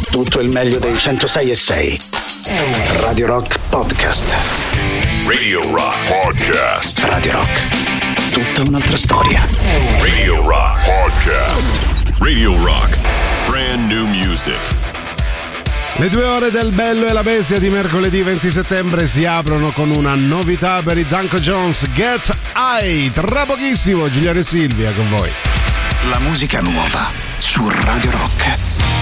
tutto il meglio dei 106.6. Radio Rock Podcast. Radio Rock Podcast. Radio Rock, tutta un'altra storia. Radio Rock Podcast. Radio Rock, brand new music. Le 2 ore del Bello e la Bestia di mercoledì 20 settembre si aprono con una novità per i Danko Jones, Get High. Tra pochissimo Giuliano e Silvia con voi. La musica nuova su Radio Rock.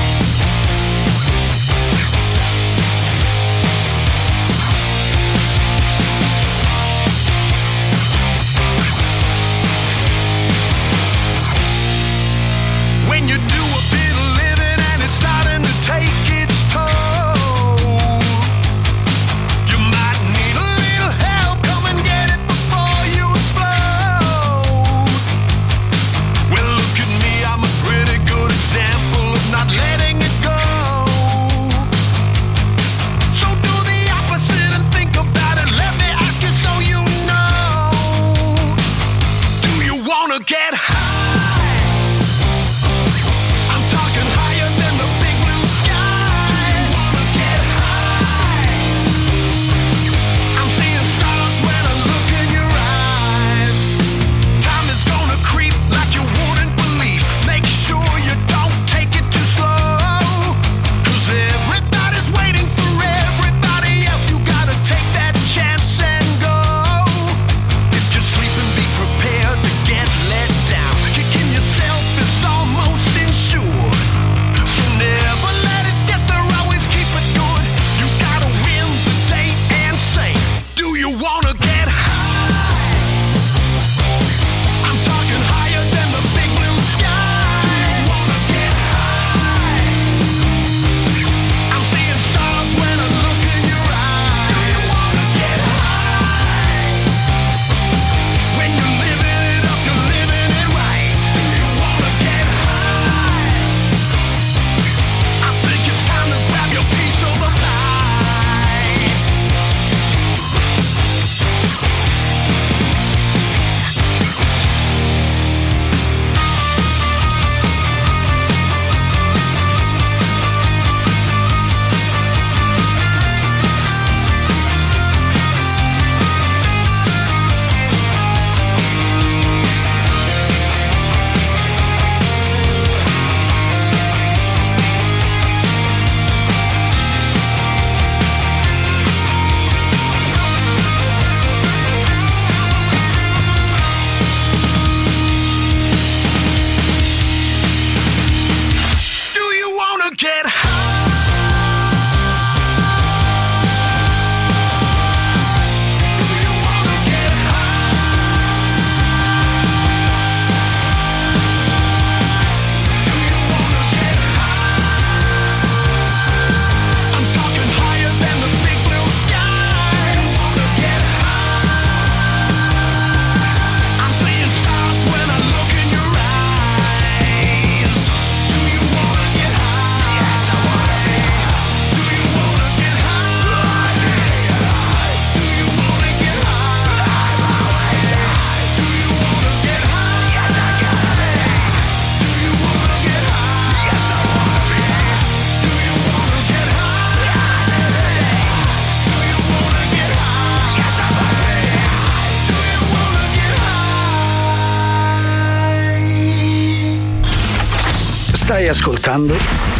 Stai ascoltando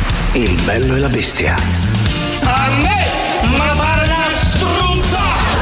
Il Bello e la Bestia. A me, ma pare una struzza!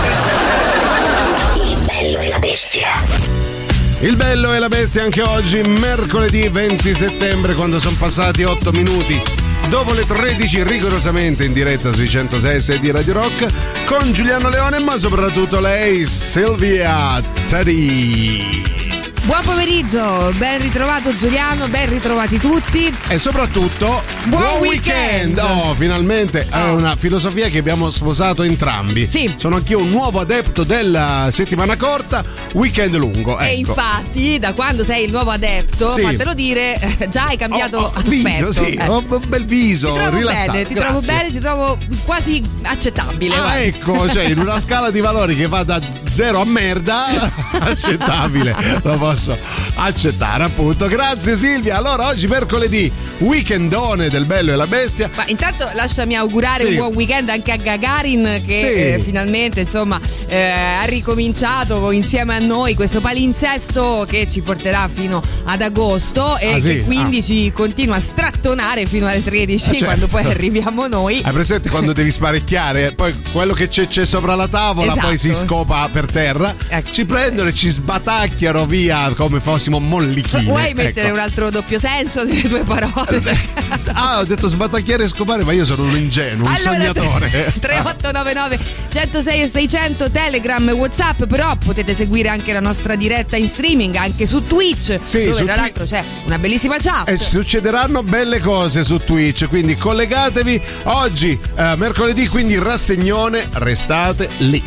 Il Bello e la Bestia. Il Bello e la Bestia anche oggi, mercoledì 20 settembre, quando sono passati 8 minuti dopo le 13, rigorosamente in diretta sui 106.6 di Radio Rock, con Giuliano Leone, ma soprattutto lei, Silvia Teddy. Buon pomeriggio, ben ritrovato Giuliano, ben ritrovati tutti. E soprattutto buon weekend! Oh, finalmente è una filosofia che abbiamo sposato entrambi. Sì. Sono anch'io un nuovo adepto della settimana corta, weekend lungo. E ecco. infatti, da quando sei il nuovo adepto, sì, fatelo dire, già hai cambiato aspetto. Viso, sì, ho un bel viso, ti trovo rilassato. bene, ti trovo bene, ti trovo quasi accettabile. Ah, ecco, cioè in una scala di valori che va da 0 a merda, accettabile, lo posso posso accettare, appunto. Grazie Silvia. Allora oggi mercoledì, weekendone del Bello e la Bestia. Ma intanto lasciami augurare un buon weekend anche a Gagarin che finalmente insomma ha ricominciato insieme a noi questo palinsesto che ci porterà fino ad agosto e che quindi ci continua a strattonare fino alle 13 quando poi arriviamo noi. Hai presente quando devi sparecchiare? Poi quello che c'è sopra la tavola poi si scopa per terra, ci prendono e ci sbatacchiano via come fossimo mollichini. Vuoi mettere un altro doppio senso delle tue parole? Ho detto sbatacchiare e scopare, ma io sono un ingenuo, un sognatore. 3899 106 e 600 Telegram, WhatsApp, però potete seguire anche la nostra diretta in streaming anche su Twitch, dove tra l'altro c'è una bellissima chat. E succederanno belle cose su Twitch, quindi collegatevi. Oggi mercoledì, quindi rassegnone, restate lì.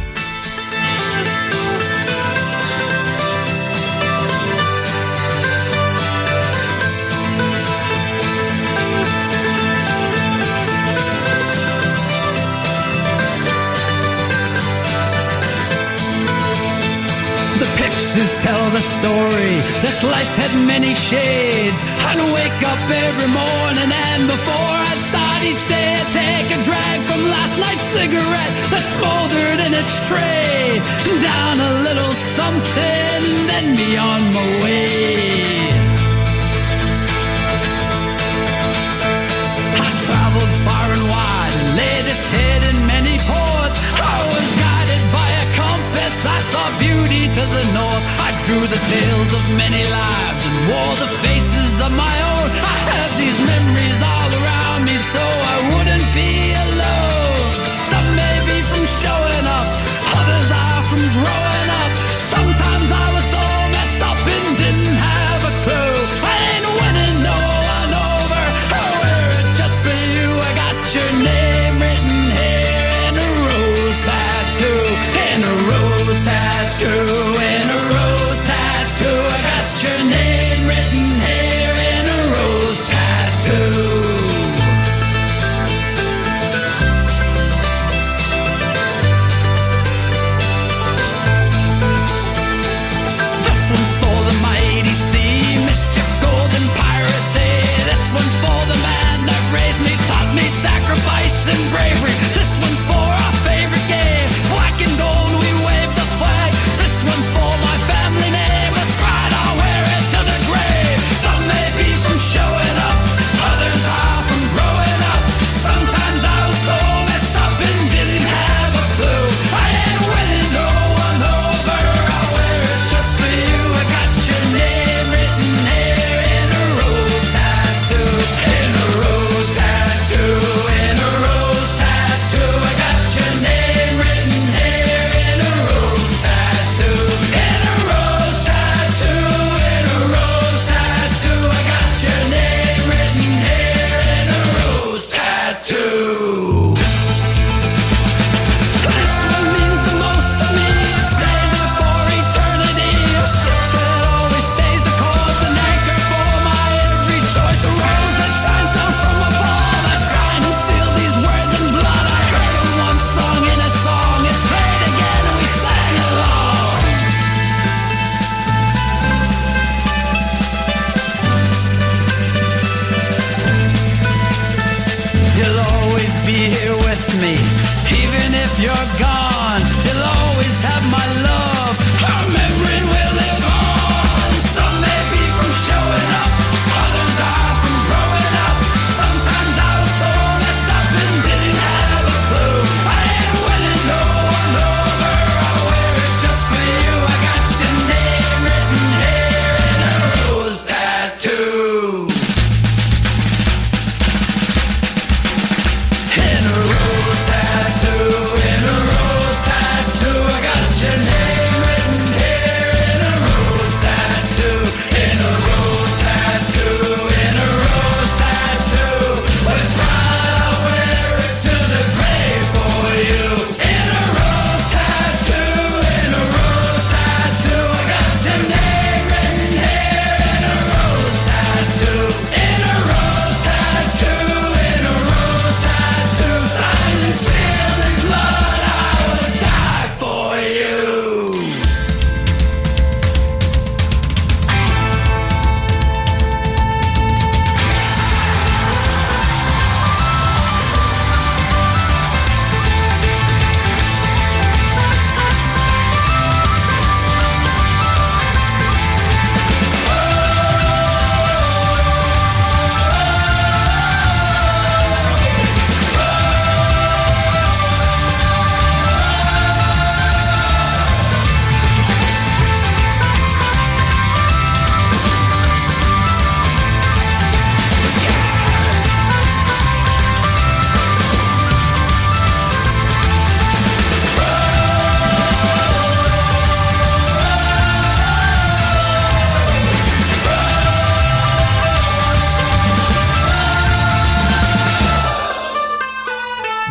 Tell the story, this life had many shades. I'd wake up every morning and before I'd start each day I'd take a drag from last night's cigarette that smoldered in its tray. Down a little something, then be on my way. I traveled far and wide and laid this head in many ports. I was guided by a compass, I saw beauty to the north. I drew the tales of many lives and wore the faces of my own. I had these memories all around me so I wouldn't be alone. Some may be from showing up, others are from growing up. Sometimes I was so messed up and didn't have a clue. I ain't winning no one over, I wear it just for you. I got your name written here in a rose tattoo, in a rose tattoo, in a rose tattoo. I got your name written here in a rose tattoo. This one's for the mighty sea, mischief, golden piracy. This one's for the man that raised me, taught me sacrifice and bravery. This one's for our favorite game, black and gold, we wave the flag. This one's for my family name, with pride I'll wear it to the grave. Some may be from showing up, others are from growing up. Sometimes I was so messed up and didn't have a clue. I ain't winning no one over, I'll wear it just for you. I got your name written here in a rose tattoo, in a rose tattoo, in a rose tattoo. I got your name written here in a rose tattoo, in a rose tattoo, in a rose tattoo. I got your name written here in a rose tattoo. This one means the most to me. It stays there for eternity. A ship that always stays the course, an anchor for my every choice. A rose that shines down from above. I signed and sealed these words in blood. I heard it one song in a song. It played again and we sang along. You'll always be here with me, even if you're gone. You'll always have my love. Our memory will live on. Some may be from showing up, others are from growing up. Sometimes I was so messed up and didn't have a clue. I ain't winning no one over, I'll wear it just for you. I got your name written here in a rose tattoo. In a rose tattoo, in a rose tattoo, I got your name.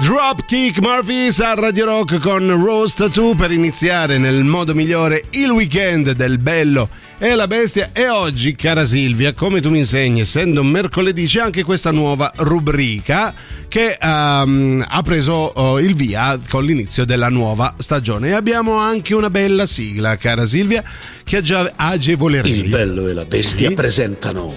Dropkick Murphys a Radio Rock con Rose Tattoo per iniziare nel modo migliore il weekend del Bello e la Bestia. E oggi, cara Silvia, come tu mi insegni, essendo mercoledì, c'è anche questa nuova rubrica che ha preso il via con l'inizio della nuova stagione, e abbiamo anche una bella sigla, cara Silvia, che già agevolerei. Il Bello e la Bestia presentano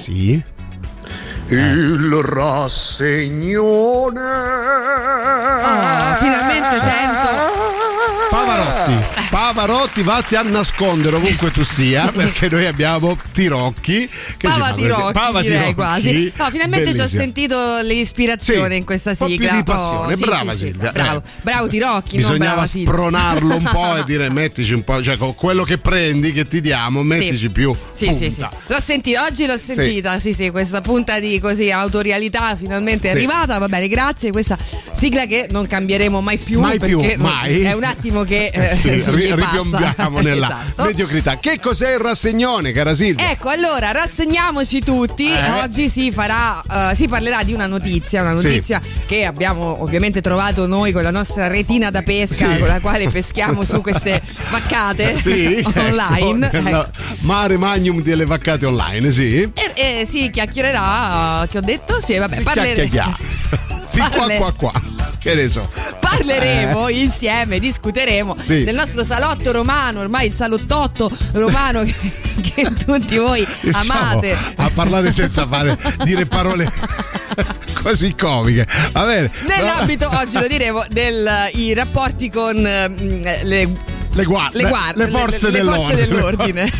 il rassegnone. Finalmente sento Pavarotti, vatti a nascondere ovunque tu sia, perché noi abbiamo Tirocchi che Pava direi quasi. No, finalmente bellissimo. Ci ho sentito l'ispirazione in questa sigla. Un po' più di passione, brava Silvia. Bravo Tirocchi, bisognava non brava spronarlo un po' e dire mettici un po', cioè con quello che prendi, che ti diamo, mettici più punta. L'ho sentito, oggi l'ho sentita, sì, questa punta di così autorialità finalmente è arrivata, va bene, grazie, questa sigla che non cambieremo mai più, perché è un attimo che ripiombiamo nella mediocrità. Che cos'è il rassegnone, cara Silvia? Ecco, allora rassegniamoci tutti. Oggi si parlerà di una notizia che abbiamo ovviamente trovato noi con la nostra retina da pesca, con la quale peschiamo su queste vaccate online. Mare magnum delle vaccate online, sì. E si chiacchiererà, che ho detto? Sì, vabbè, parleremo. Qua. Che ne so. Parleremo insieme, discuteremo del nostro salotto romano, ormai il salottotto romano che tutti voi amate. A parlare senza dire parole così comiche. Va bene. Nell'ambito, oggi lo diremo, i rapporti con le forze dell'ordine.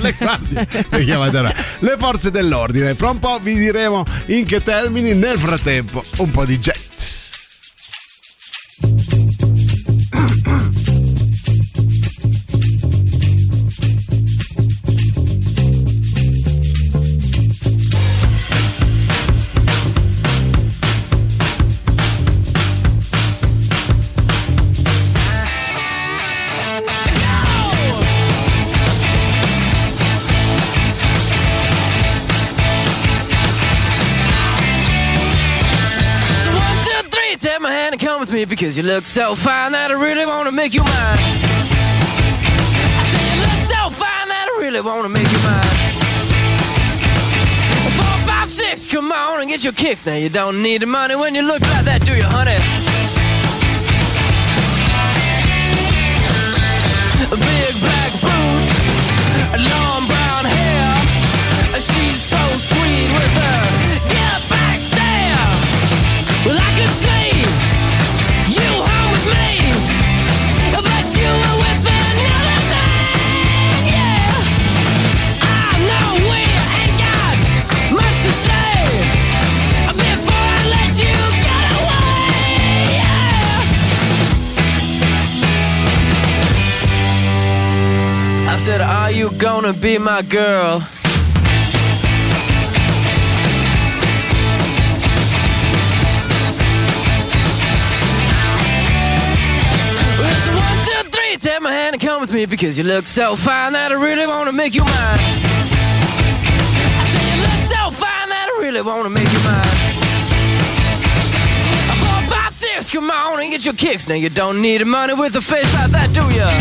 Le forze dell'ordine. Fra un po' vi diremo in che termini. Nel frattempo, un po' di jet. Because you look so fine that I really want to make you mine. I say you look so fine that I really want to make you mine. 4, 5, 6, come on and get your kicks. Now you don't need the money when you look like that, do you, honey? Big black boots, long brown hair. She's so sweet with her get back stare. Well, I could see you home with me, but you were with another man, yeah. I know we ain't got much to say before I let you get away, yeah. I said, are you gonna be my girl? Take my hand and come with me because you look so fine that I really want to make you mine. I say you look so fine that I really want to make you mine. 4, 5, 6, come on and get your kicks. Now you don't need the money with a face like that, do ya?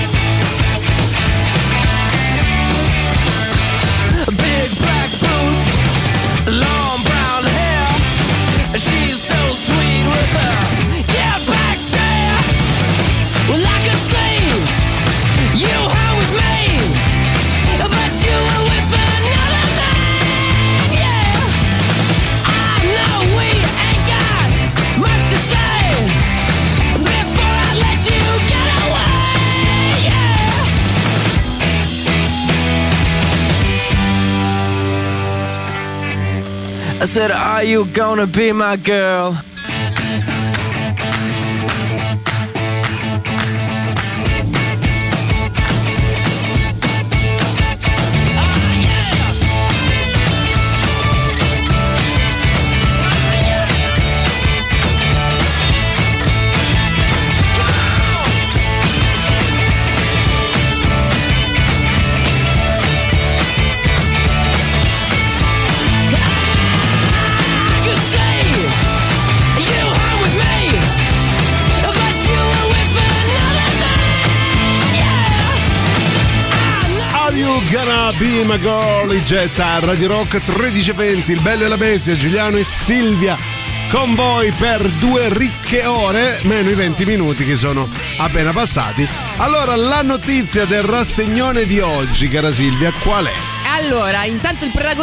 Big black boots, long brown hair. She's so sweet with her get back stare. Well, I could see you home with me, but you were with another man, yeah. I know we ain't got much to say before I let you get away, yeah. I said, are you gonna be my girl? I could say you home with me. Wanna Be My Girl, i Getta, Radio Rock 13:20, il bello e la bestia, Giuliano e Silvia con voi per 2 ricche ore, meno i 20 minuti che sono appena passati. Allora, la notizia del rassegnone di oggi, cara Silvia, qual è? Allora, intanto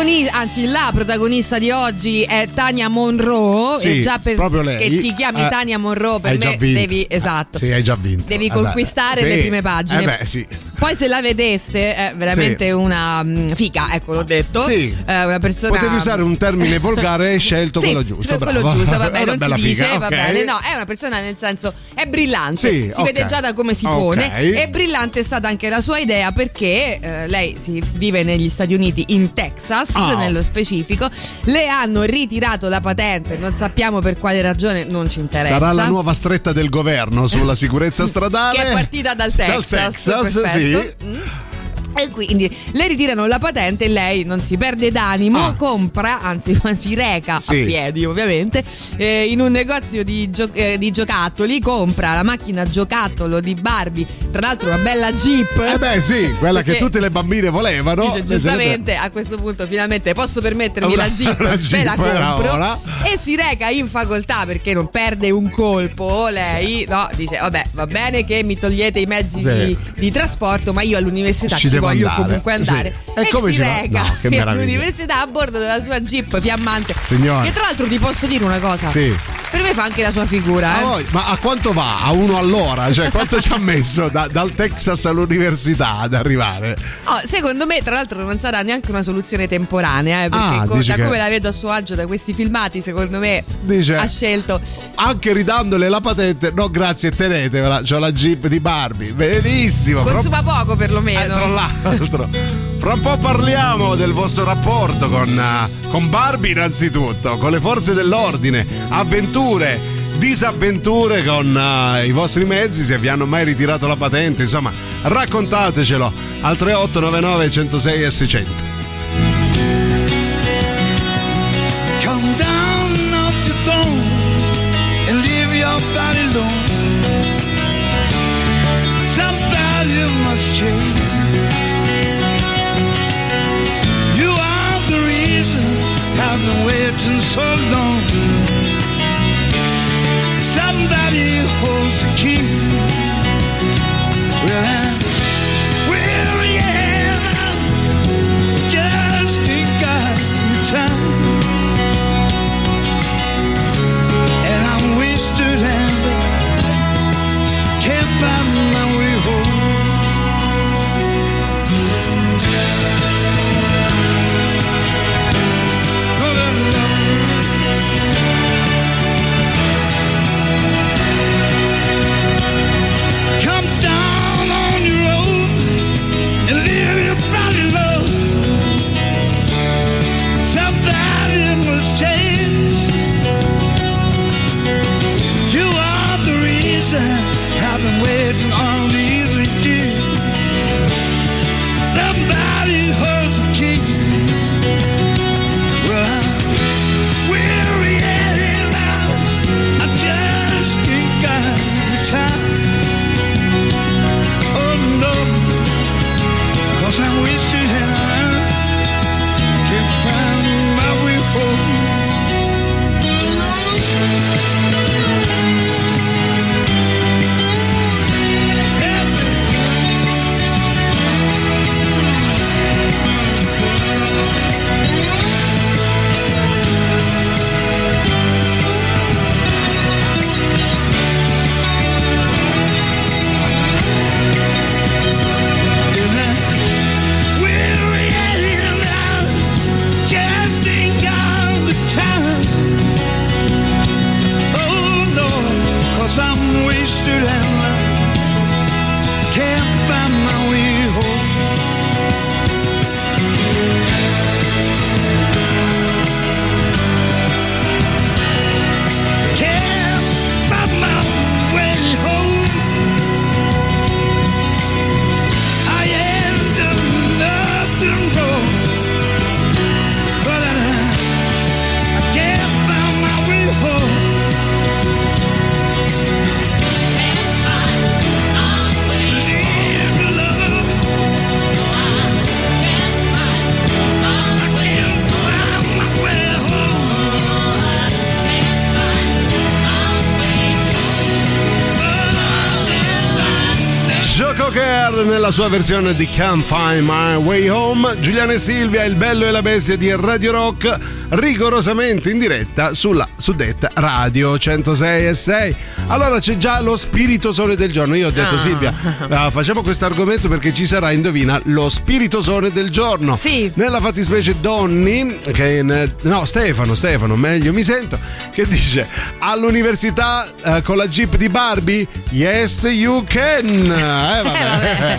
la protagonista di oggi è Tania Monroe. Sì, e già proprio lei. che ti chiami Tania Monroe, per hai me già vinto. devi, esatto. Sì, hai già vinto. Devi conquistare le prime pagine. Sì. Poi se la vedeste è veramente una fica, ecco, l'ho detto. Sì. Una persona. Potevi usare un termine volgare e hai scelto sì, quello giusto. Quello bravo. giusto, vabbè, Una non bella si dice, figa, va okay. bene. No, è una persona, nel senso, è brillante. Sì, si vede già da come si pone. E brillante è stata anche la sua idea, perché lei si vive negli Stati Uniti, in Texas, nello specifico. Le hanno ritirato la patente, non sappiamo per quale ragione, non ci interessa. Sarà la nuova stretta del governo sulla sicurezza stradale. Che è partita dal Texas. Perfetto. Sì. E quindi le ritirano la patente e lei non si perde d'animo, compra, anzi si reca a piedi ovviamente, in un negozio di giocattoli, compra la macchina giocattolo di Barbie, tra l'altro una bella Jeep. Quella che tutte le bambine volevano. Dice giustamente, a questo punto finalmente posso permettermi la Jeep, me la compro, e si reca in facoltà perché non perde un colpo lei, no, dice vabbè, va bene che mi togliete i mezzi di trasporto, ma io all'università ci voglio comunque andare. E come si reca all'università a bordo della sua Jeep fiammante. Signore. Che tra l'altro ti posso dire una cosa, per me fa anche la sua figura. Ma a quanto va? A uno all'ora? Cioè, quanto ci ha messo dal Texas all'università ad arrivare? Secondo me, tra l'altro, non sarà neanche una soluzione temporanea, perché come la vedo a suo agio da questi filmati, secondo me ha scelto, anche ridandole la patente, no grazie, tenetevela, c'ho la Jeep di Barbie, benissimo, consuma poco perlomeno. Tra l'altro, fra un po' parliamo del vostro rapporto con Barbie, innanzitutto, con le forze dell'ordine, avventure, disavventure con i vostri mezzi, se vi hanno mai ritirato la patente, insomma, raccontatecelo al 3899 106 e 600. Come down off your throne and leave your body alone. Somebody must change. You are the reason I've been waiting so long. Somebody holds the key. Just ain't got the time, and I'm wasted and can't find my way home. Come down on your road and live your proudly love. Somebody must change. You are the reason I've been waiting all these years. Somebody holds the key. Well, I'm weary and now I just ain't got the time. Oh no, 'cause I'm wasted and I can't find my way home. I'm wasted and I can't find my way home. Can't find my way home. I ain't done nothing wrong, but I can't find my way home. Care nella sua versione di Can't Find My Way Home. Giuliano e Silvia, il bello e la bestia di Radio Rock, rigorosamente in diretta sulla suddetta Radio 106.6. Allora c'è già lo spiritosone del giorno. Io ho detto Silvia, facciamo questo argomento perché ci sarà, indovina, lo spiritosone del giorno. Sì. Nella fattispecie Donny, Stefano, meglio mi sento, che dice: all'università con la Jeep di Barbie? Yes you can. Vabbè.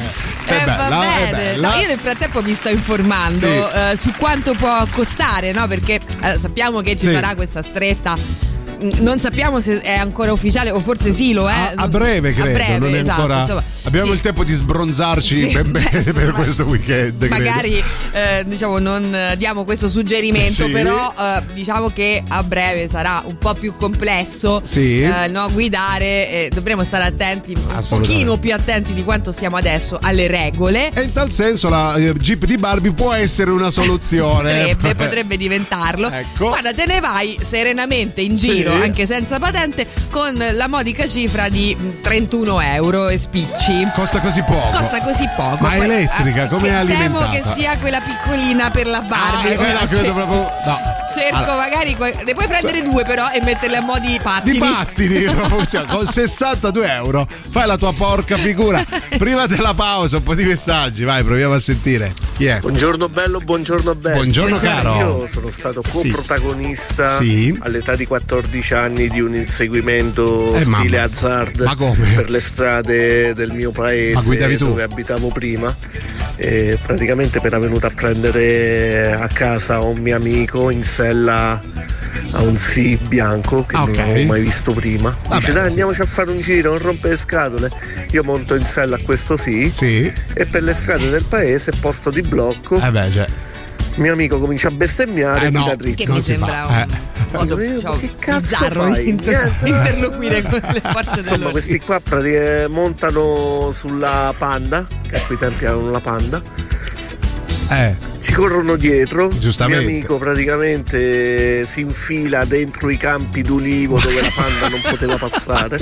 No, io nel frattempo mi sto informando su quanto può costare, no? Perché sappiamo che ci sarà questa stretta. Non sappiamo se è ancora ufficiale o forse sì lo è. A breve credo, a breve, non è esatto, ancora. Insomma, abbiamo il tempo di sbronzarci ben bene per questo weekend. Magari diciamo non diamo questo suggerimento, però diciamo che a breve sarà un po' più complesso guidare. Dovremo stare attenti, un pochino più attenti di quanto siamo adesso alle regole. E in tal senso la Jeep di Barbie può essere una soluzione. potrebbe diventarlo. Ecco. Guarda, te ne vai serenamente in giro, anche senza patente, con la modica cifra di 31 euro e spicci. Costa così poco. Ma è elettrica, come è alimentata? Temo che sia quella piccolina per la Barbie. Credo proprio. No. Cerco magari ne puoi prendere due però e metterle a mo' di pattini. Con 62 euro fai la tua porca figura. Prima della pausa un po' di messaggi, vai, proviamo a sentire. Chi è? Buongiorno bello, buongiorno bello. Buongiorno caro. Io sono stato coprotagonista all'età di 14 anni di un inseguimento stile Hazard per le strade del mio paese dove abitavo prima. E praticamente appena venuto a prendere a casa un mio amico in sella a un sì bianco che non avevo mai visto prima. Dice: dai, andiamoci a fare un giro, non rompe le scatole. Io monto in sella a questo sì e per le strade del paese, posto di blocco, mio amico comincia a bestemmiare da dritto. Che mi sembra un modo che cazzo fai? Interloquire con le forze dell'ordine. Insomma, questi qua montano sulla Panda, che a quei tempi avevano la Panda. Ci corrono dietro. Giustamente. Mio amico praticamente si infila dentro i campi d'ulivo dove la Panda non poteva passare.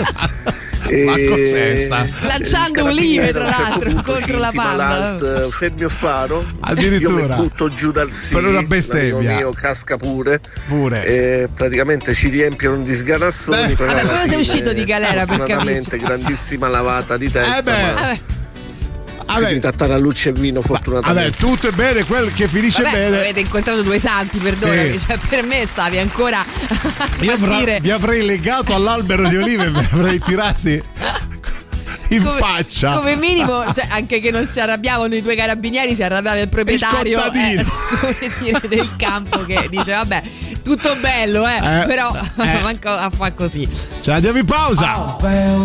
Lanciando olive tra l'altro contro la Panda. Fermi o sparo. Addirittura. Io mi butto giù dal sì. Per una bestemmia. Mio casca pure. E praticamente ci riempiono di sganassoni. Come sei uscito di galera per capirci? Grandissima lavata di testa. Si intattare a luce e vino, fortunatamente. Tutto è bene, quel che finisce bene. Avete incontrato due santi, perdonami. Cioè, per me stavi ancora a spartire. Vi avrei legato all'albero di olive e mi avrei tirati in faccia. Come minimo, cioè, anche che non si arrabbiavano i due carabinieri, si arrabbiava il proprietario come dire, del campo, che dice: vabbè, tutto bello, però manco a fa così. Cioè, andiamo in pausa.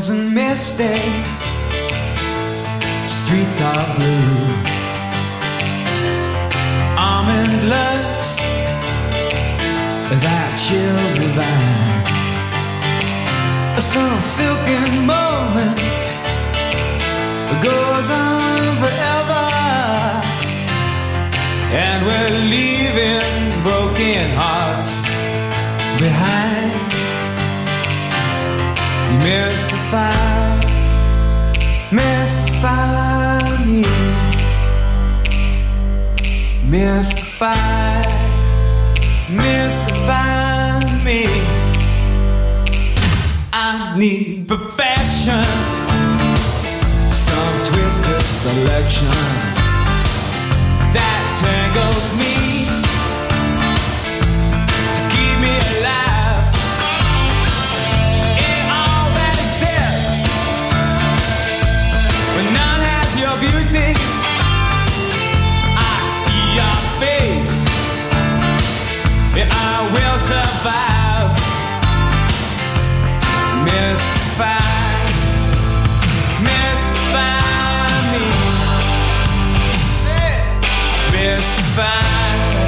Streets are blue. Almond looks that chill divine. Some silken moment goes on forever, and we're leaving broken hearts behind. Mystify me, mystify me. I need perfection, some twisted selection that tangles me to keep me alive. In all that exists, but none has your beauty. I see your face, and I will survive. Mystify me, mystify.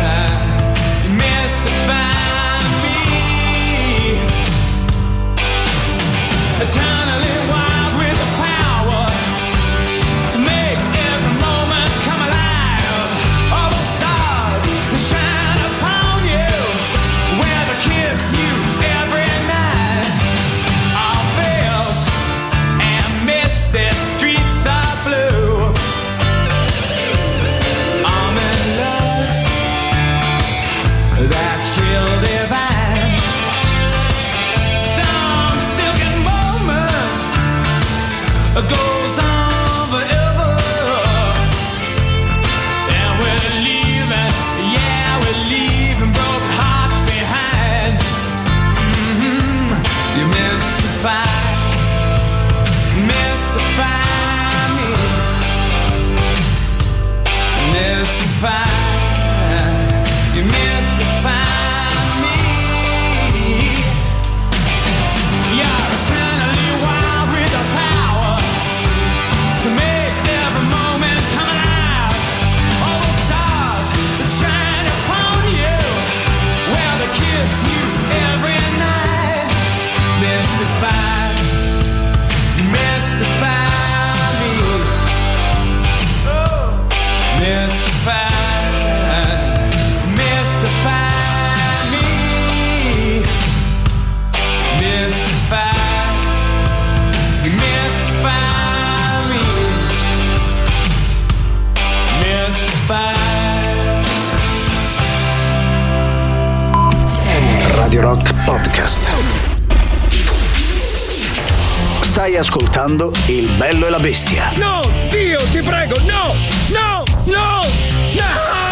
Radio Rock Podcast. Stai ascoltando Il Bello e la Bestia. No, Dio, ti prego, no, no, no, no!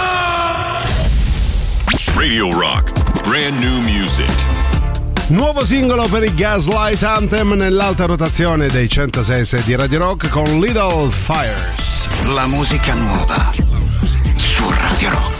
Radio Rock, brand new music. Nuovo singolo per i Gaslight Anthem nell'alta rotazione dei 106 di Radio Rock con Little Fires. La musica nuova su Radio Rock.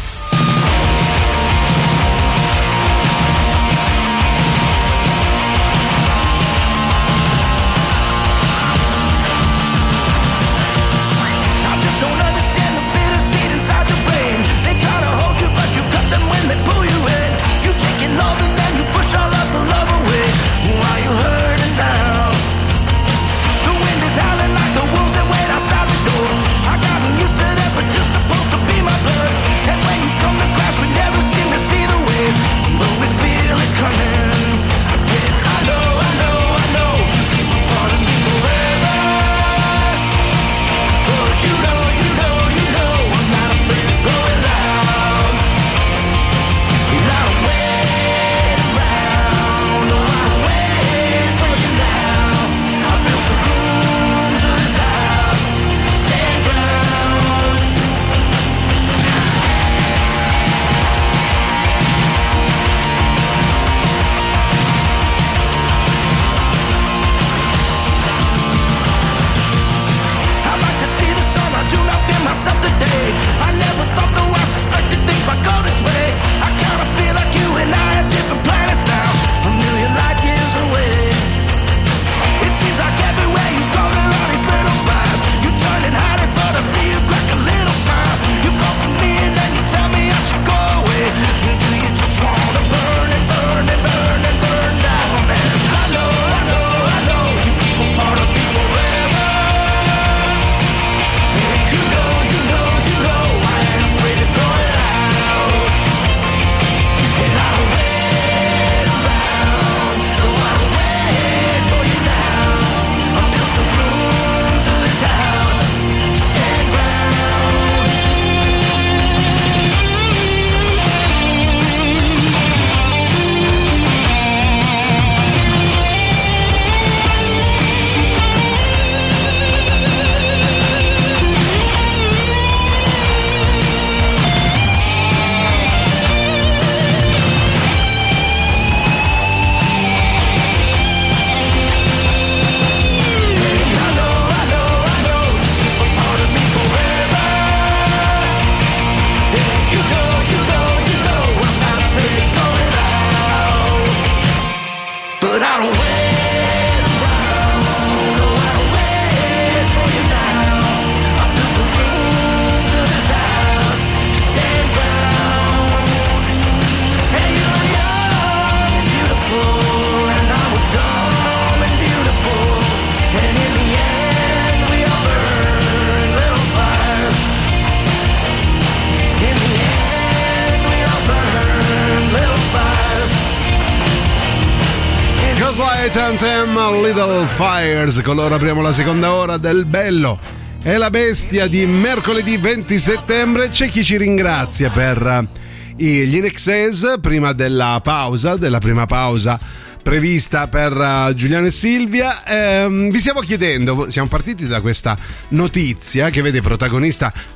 Anthem, Little Fires. Con loro apriamo la seconda ora del Bello e la Bestia di mercoledì 20 settembre. C'è chi ci ringrazia per gli In Excess prima della prima pausa prevista per Giuliano e Silvia. Vi stiamo chiedendo, siamo partiti da questa notizia che vede protagonista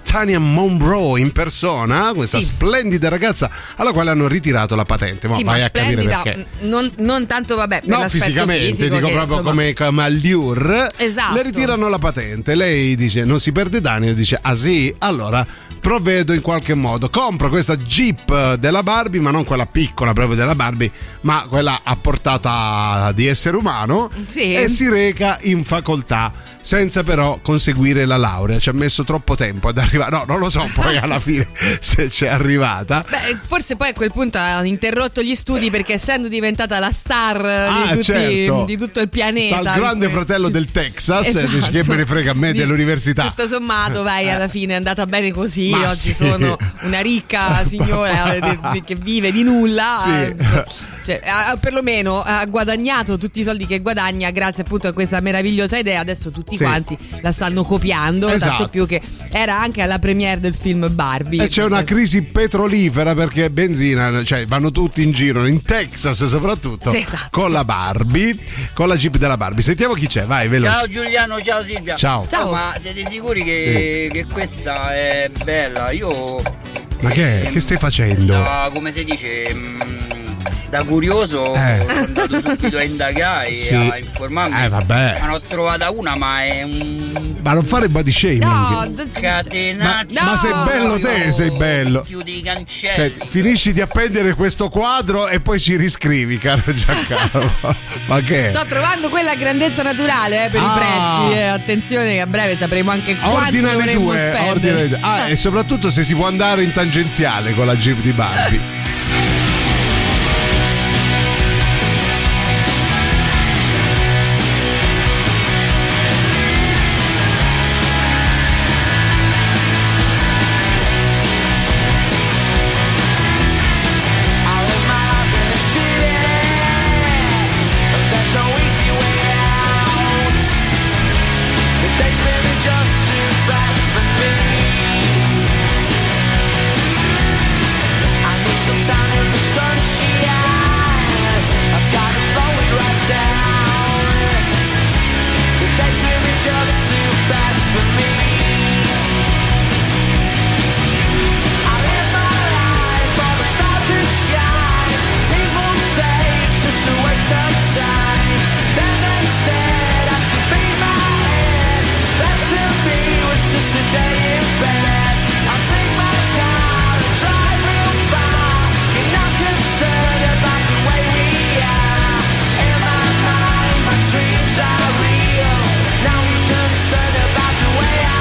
Tanya Monroe in persona, questa splendida ragazza alla quale hanno ritirato la patente. Sì, vai ma a capire perché. Non tanto, vabbè, per l'aspetto fisicamente, fisico, dico che, proprio insomma, come Allure. Esatto. Le ritirano la patente. Lei dice: non si perde Daniel, dice: ah sì, allora provvedo in qualche modo, compro questa Jeep della Barbie, ma non quella piccola proprio della Barbie, ma quella a portata di essere umano, e si reca in facoltà senza però conseguire la laurea. Ci ha messo troppo tempo ad arrivare, no, non lo so poi alla fine se c'è arrivata. Beh, forse poi a quel punto ha interrotto gli studi, perché essendo diventata la star di tutto il pianeta, sta il grande fratello del Texas, esatto. Dice che me ne frega a me dell'università. Tutto sommato, alla fine è andata bene così. Oggi sono una ricca signora che vive di nulla, cioè, perlomeno ha guadagnato tutti i soldi che guadagna grazie appunto a questa meravigliosa idea. Adesso tutti quanti la stanno copiando, tanto più che era anche alla premiere del film Barbie. E c'è una crisi petrolifera perché benzina, cioè vanno tutti in giro in Texas soprattutto, con la Barbie, con la Jeep della Barbie. Sentiamo chi c'è, vai veloce. Ciao Giuliano, ciao Silvia. Ciao. Ma siete sicuri che questa è bella? Io... Ma che stai facendo? Come si dice... da curioso sono andato subito a indagare, a informarmi. Vabbè. Ma ne ho trovata una, ma è ma non fare body shaming. Catenaccio. Ma sei bello te, sei bello. Chiudi i cancelli. Finisci di appendere questo quadro e poi ci riscrivi, caro Giancarlo. Ma che? Sto trovando quella grandezza naturale per i prezzi. Attenzione che a breve sapremo anche quanto dovremmo spendere. E soprattutto se si può andare in tangenziale con la Jeep di Barbie. Dreams are real. Now you're concerned about the way I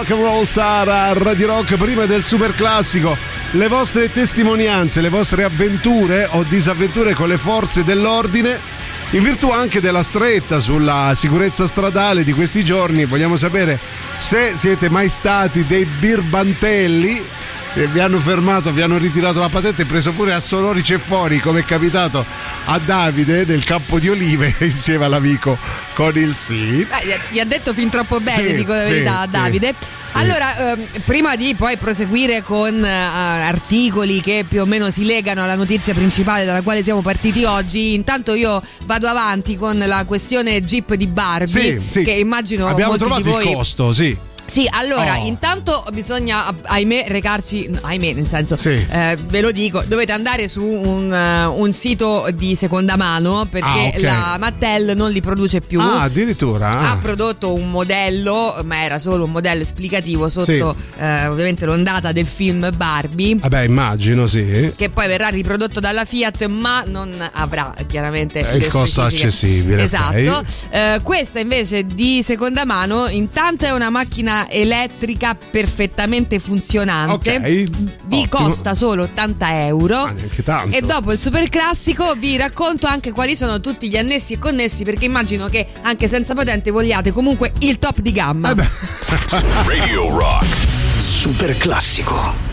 Rock and Roll Star a Radio Rock. Prima del super classico, le vostre testimonianze, le vostre avventure o disavventure con le forze dell'ordine, in virtù anche della stretta sulla sicurezza stradale di questi giorni. Vogliamo sapere se siete mai stati dei birbantelli, se vi hanno fermato, vi hanno ritirato la patente e preso pure a sonori ceffoni, come è capitato a Davide nel Campo di Olive insieme all'amico con il sì. Gli ha detto fin troppo bene, dico la verità, a Davide. Sì. Allora, prima di poi proseguire con articoli che più o meno si legano alla notizia principale dalla quale siamo partiti oggi, intanto io vado avanti con la questione Jeep di Barbie, che immagino abbiamo molti trovato di voi... il costo, sì. Sì, allora, intanto bisogna, ahimè, recarsi, ahimè, nel senso, ve lo dico, dovete andare su un sito di seconda mano, perché la Mattel non li produce più. Ah, addirittura? Ha prodotto un modello, ma era solo un modello esplicativo sotto ovviamente l'ondata del film Barbie. Vabbè, immagino, sì. Che poi verrà riprodotto dalla Fiat, ma non avrà chiaramente il costo accessibile. Esatto. Questa invece di seconda mano, intanto è una macchina elettrica perfettamente funzionante, vi costa solo 80 euro, neanche tanto. E dopo il super classico vi racconto anche quali sono tutti gli annessi e connessi, perché immagino che anche senza patente vogliate comunque il top di gamma. Radio Rock super classico.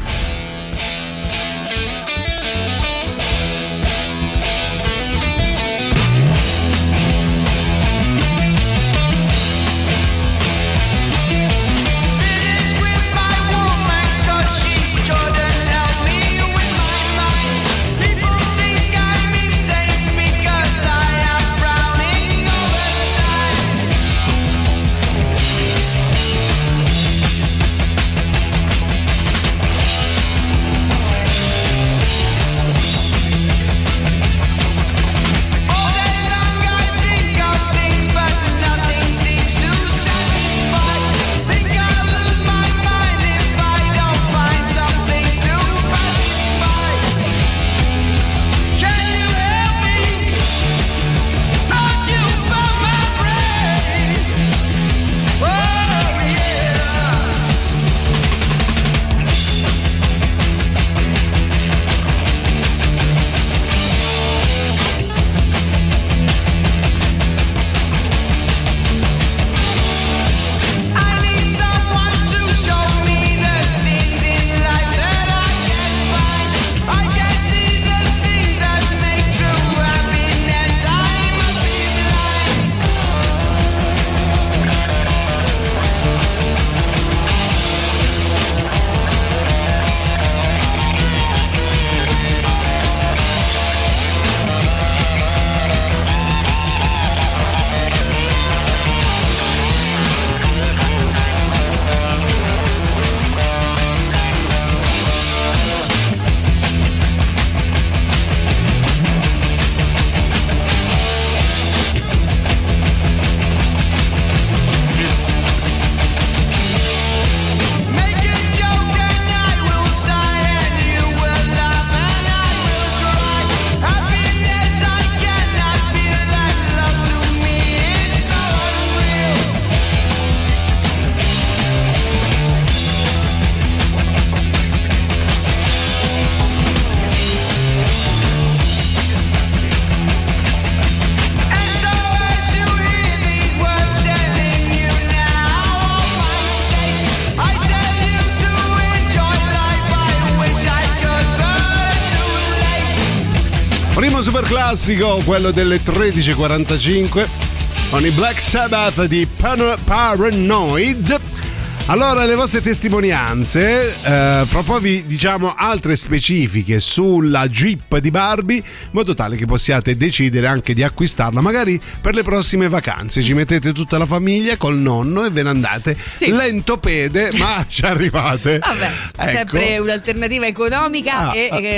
Primo super classico, quello delle 13.45 con i Black Sabbath di Paranoid. Allora, le vostre testimonianze, fra poi vi diciamo altre specifiche sulla Jeep di Barbie, in modo tale che possiate decidere anche di acquistarla, magari per le prossime vacanze. Ci mettete tutta la famiglia col nonno e ve ne andate lentopede, ma ci arrivate. Vabbè, ecco. Sempre un'alternativa economica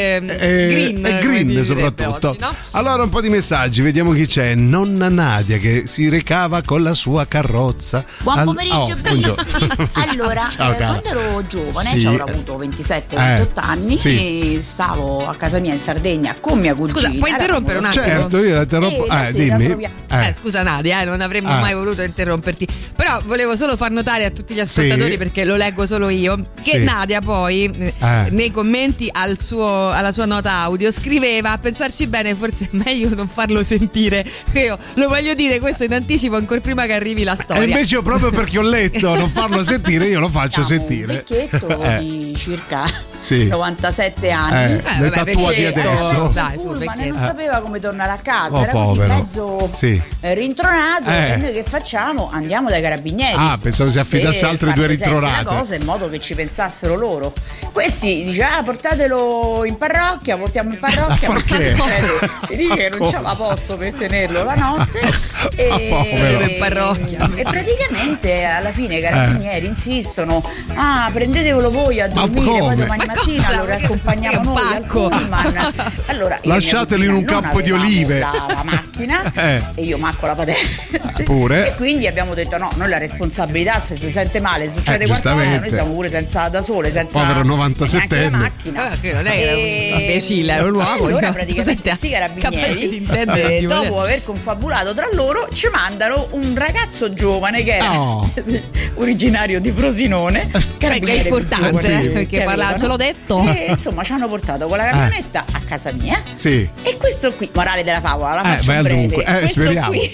e green soprattutto. Oggi, no? Allora, un po' di messaggi, vediamo chi c'è. Nonna Nadia che si recava con la sua carrozza. Buon pomeriggio, bellissimi. Allora, quando ero giovane, ci avrò avuto 27-28 anni, stavo a casa mia in Sardegna con mia cugina. Scusa, puoi interrompere un attimo? Certo, io la interrompo. Dimmi. Scusa Nadia, non avremmo mai voluto interromperti. Però volevo solo far notare a tutti gli ascoltatori, perché lo leggo solo io, che Nadia poi nei commenti alla sua nota audio scriveva: a pensarci bene forse è meglio non farlo sentire. Io lo voglio dire questo in anticipo ancora prima che arrivi la storia. E invece io proprio perché ho letto non farlo sentire, io lo faccio sentire. Un vecchietto di circa 97 anni, l'età tua di adesso. Dai, non sapeva come tornare a casa, era così mezzo rintronato. E noi che facciamo? Andiamo dai carabinieri. Pensavo si affidasse altri due ritronate. La cosa in modo che ci pensassero loro. Questi dice: portatelo in parrocchia, portiamo in parrocchia. Perché? Ci dice che non c'aveva posto per tenerlo la notte. in parrocchia. E praticamente alla fine i carabinieri insistono: prendetevelo voi a dormire, poi domani mattina lo riaccompagniamo noi al pullman. Allora lasciateli in un campo di olive, la macchina, e io macco la patente pure. E quindi abbiamo detto: no, noi la responsabilità, se si sente male, succede qualcosa, noi siamo pure senza da sole, senza povero 97enne la macchina. Che non è un imbecille, era un uomo. Allora praticamente questi carabinieri, dopo aver confabulato tra loro, ci mandano un ragazzo giovane che era originario di Frosinone, che è importante, perché ce l'ho detto. E insomma ci hanno portato con la camionetta a casa mia. E questo qui, morale della favola, la faccio breve. Questo qui,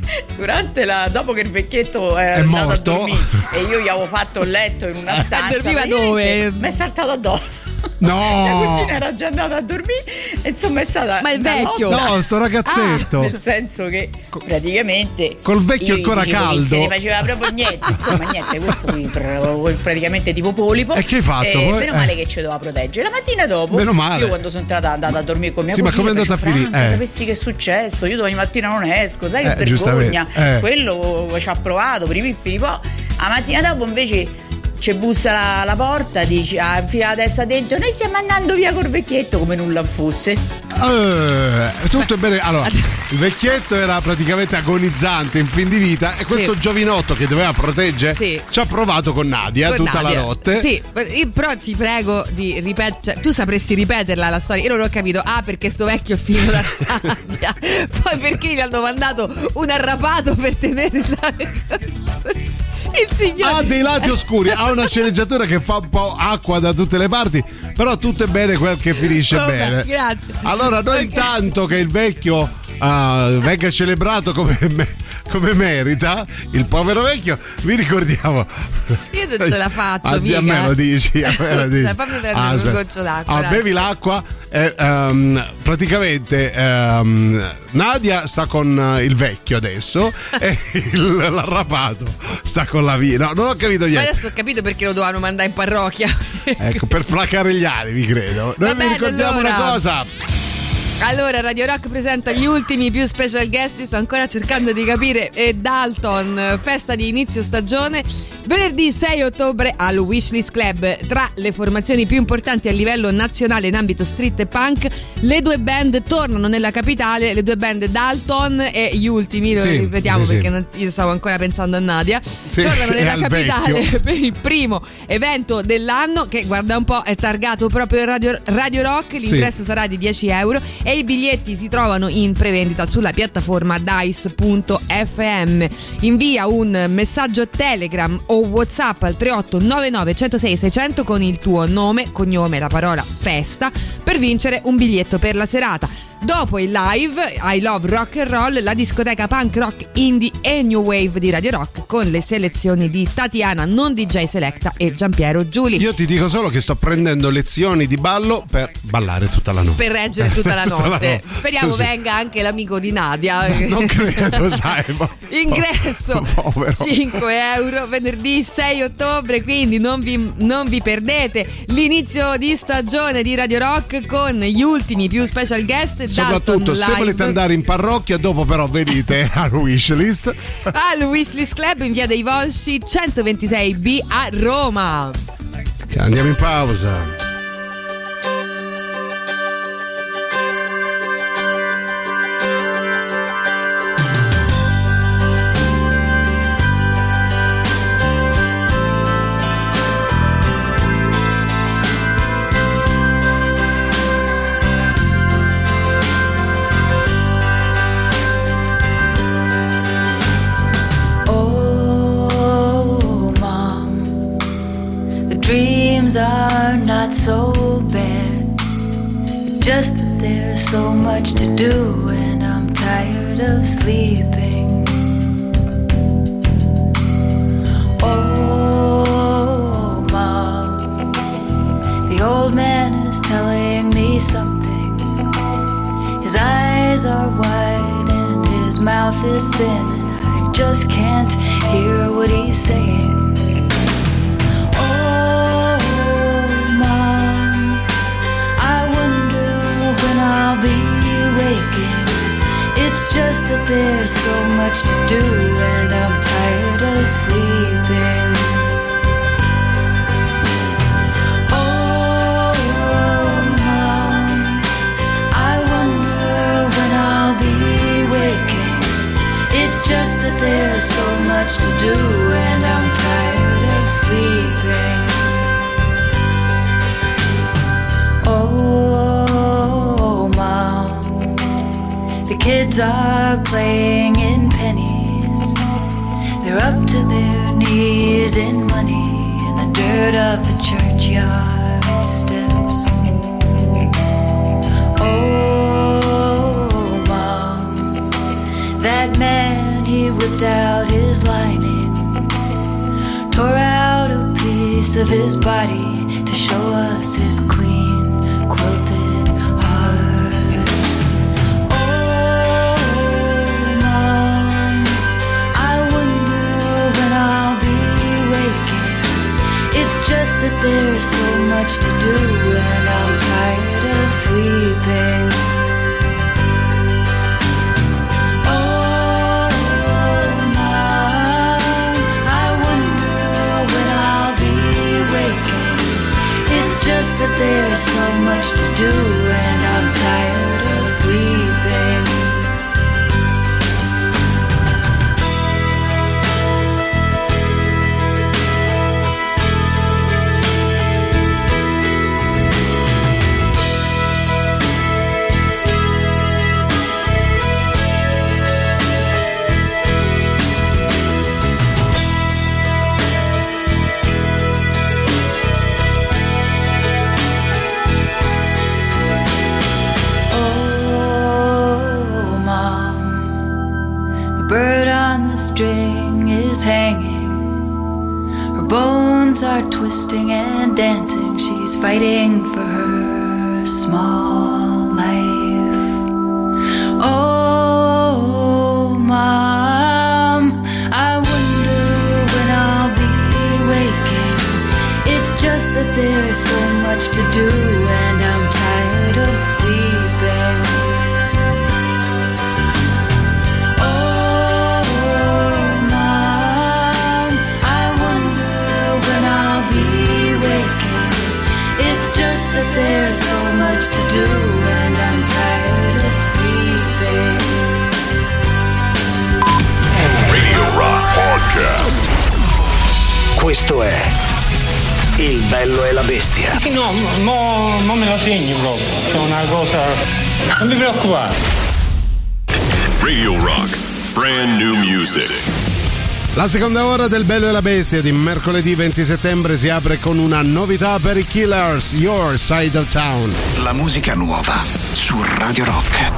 dopo che il vecchietto è andato morto, a dormire e io gli avevo fatto il letto in una stanza, dormiva dove? Mi è saltato addosso. No, la cugina era già andata a dormire, insomma è stata. Ma il vecchio? No, sto ragazzetto. Nel senso che praticamente col vecchio ancora caldo non ne faceva proprio niente. Insomma, niente, questo qui praticamente tipo polipo. E che hai fatto? Meno male che ci doveva proteggere. La mattina dopo, io quando sono andata a dormire con mia cugina, ma come è andata a finire? Sapessi che è successo? Io domani mattina non esco, sai che vergogna. Quello ci ha provato, per i pippi, poi la mattina dopo invece ci bussa la porta, dice: infila la testa dentro, noi stiamo andando via col vecchietto, come nulla fosse. Tutto è bene. Allora, il vecchietto era praticamente agonizzante in fin di vita e questo giovinotto che doveva proteggere ci ha provato con Nadia tutta la notte. Sì, però ti prego di ripetere, cioè, tu sapresti ripeterla la storia. Io non l'ho capito. Perché sto vecchio è finito da Nadia, poi perché gli hanno mandato un arrapato per tenere il signore ha dei lati oscuri, ha una sceneggiatura che fa un po' acqua da tutte le parti, però tutto è bene quel che finisce bene. Grazie. Allora noi intanto che il vecchio venga celebrato come merita, il povero vecchio, vi ricordiamo. Io non ce la faccio, a me lo dici. Proprio prendere un goccio d'acqua. Bevi l'acqua. Praticamente Nadia sta con il vecchio adesso e l'arrapato sta con la via. No, non ho capito niente. Ma adesso ho capito perché lo dovevano mandare in parrocchia. Ecco, per placare gli animi, credo. Noi vi ricordiamo una cosa. Allora, Radio Rock presenta gli ultimi più special guest. Sto ancora cercando di capire. Dalton, festa di inizio stagione, venerdì 6 ottobre al Wishlist Club. Tra le formazioni più importanti a livello nazionale in ambito street e punk, le due band tornano nella capitale. Le due band Dalton e gli ultimi, lo ripetiamo perché io stavo ancora pensando a Nadia. Tornano nella capitale per il primo evento dell'anno, che guarda un po' è targato proprio Radio Rock. L'ingresso sarà di €10 e i biglietti si trovano in prevendita sulla piattaforma dice.fm. Invia un messaggio Telegram o WhatsApp al 38 99 106 600 con il tuo nome, cognome e la parola festa per vincere un biglietto per la serata. Dopo il live I Love Rock and Roll, la discoteca punk rock, indie e new wave di Radio Rock con le selezioni di Tatiana Non DJ Selecta e Giampiero Giuli. Io ti dico solo che sto prendendo lezioni di ballo per ballare tutta la notte. Per reggere tutta la notte. Speriamo venga anche l'amico di Nadia. Non credo, sai. Ingresso €5 venerdì 6 ottobre, quindi non vi perdete l'inizio di stagione di Radio Rock con gli ultimi più special guest. Soprattutto se volete andare in parrocchia, dopo però venite al Wishlist. Al Wishlist Club in via dei Volsci 126B a Roma. Andiamo in pausa. just that there's so much to do and I'm tired of sleeping. Oh, Mom, the old man is telling me something. His eyes are wide and his mouth is thin, and I just can't hear what he's saying. I'll be waking. It's just that there's so much to do and I'm tired of sleeping. Oh, Mom, I wonder when I'll be waking. It's just that there's so much to do and I'm tired of sleeping. The kids are playing in pennies. They're up to their knees in money in the dirt of the churchyard steps. Oh, Mom, that man, he ripped out his lining, tore out a piece of his body to show us his clean quilted heart. Just that there's so much to do and I'm tired of sleeping. Oh, Mom, I wonder when I'll be waking. It's just that there's so much to do and I'm tired of sleeping. String is hanging, her bones are twisting and dancing. She's fighting for her small life. Oh, Mom, I wonder when I'll be waking. It's just that there's so much to do and I'm tired of sleeping. There's so much to do and I'm tired of sleeping. Radio Rock Podcast. Questo è Il Bello e la Bestia. No, mo me lo segni proprio. È una cosa. Non mi preoccupare. Radio Rock, brand new music. La seconda ora del Bello e la Bestia di mercoledì 20 settembre si apre con una novità per i Killers, Your Side of Town. La musica nuova su Radio Rock.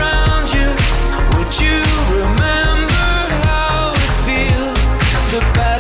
To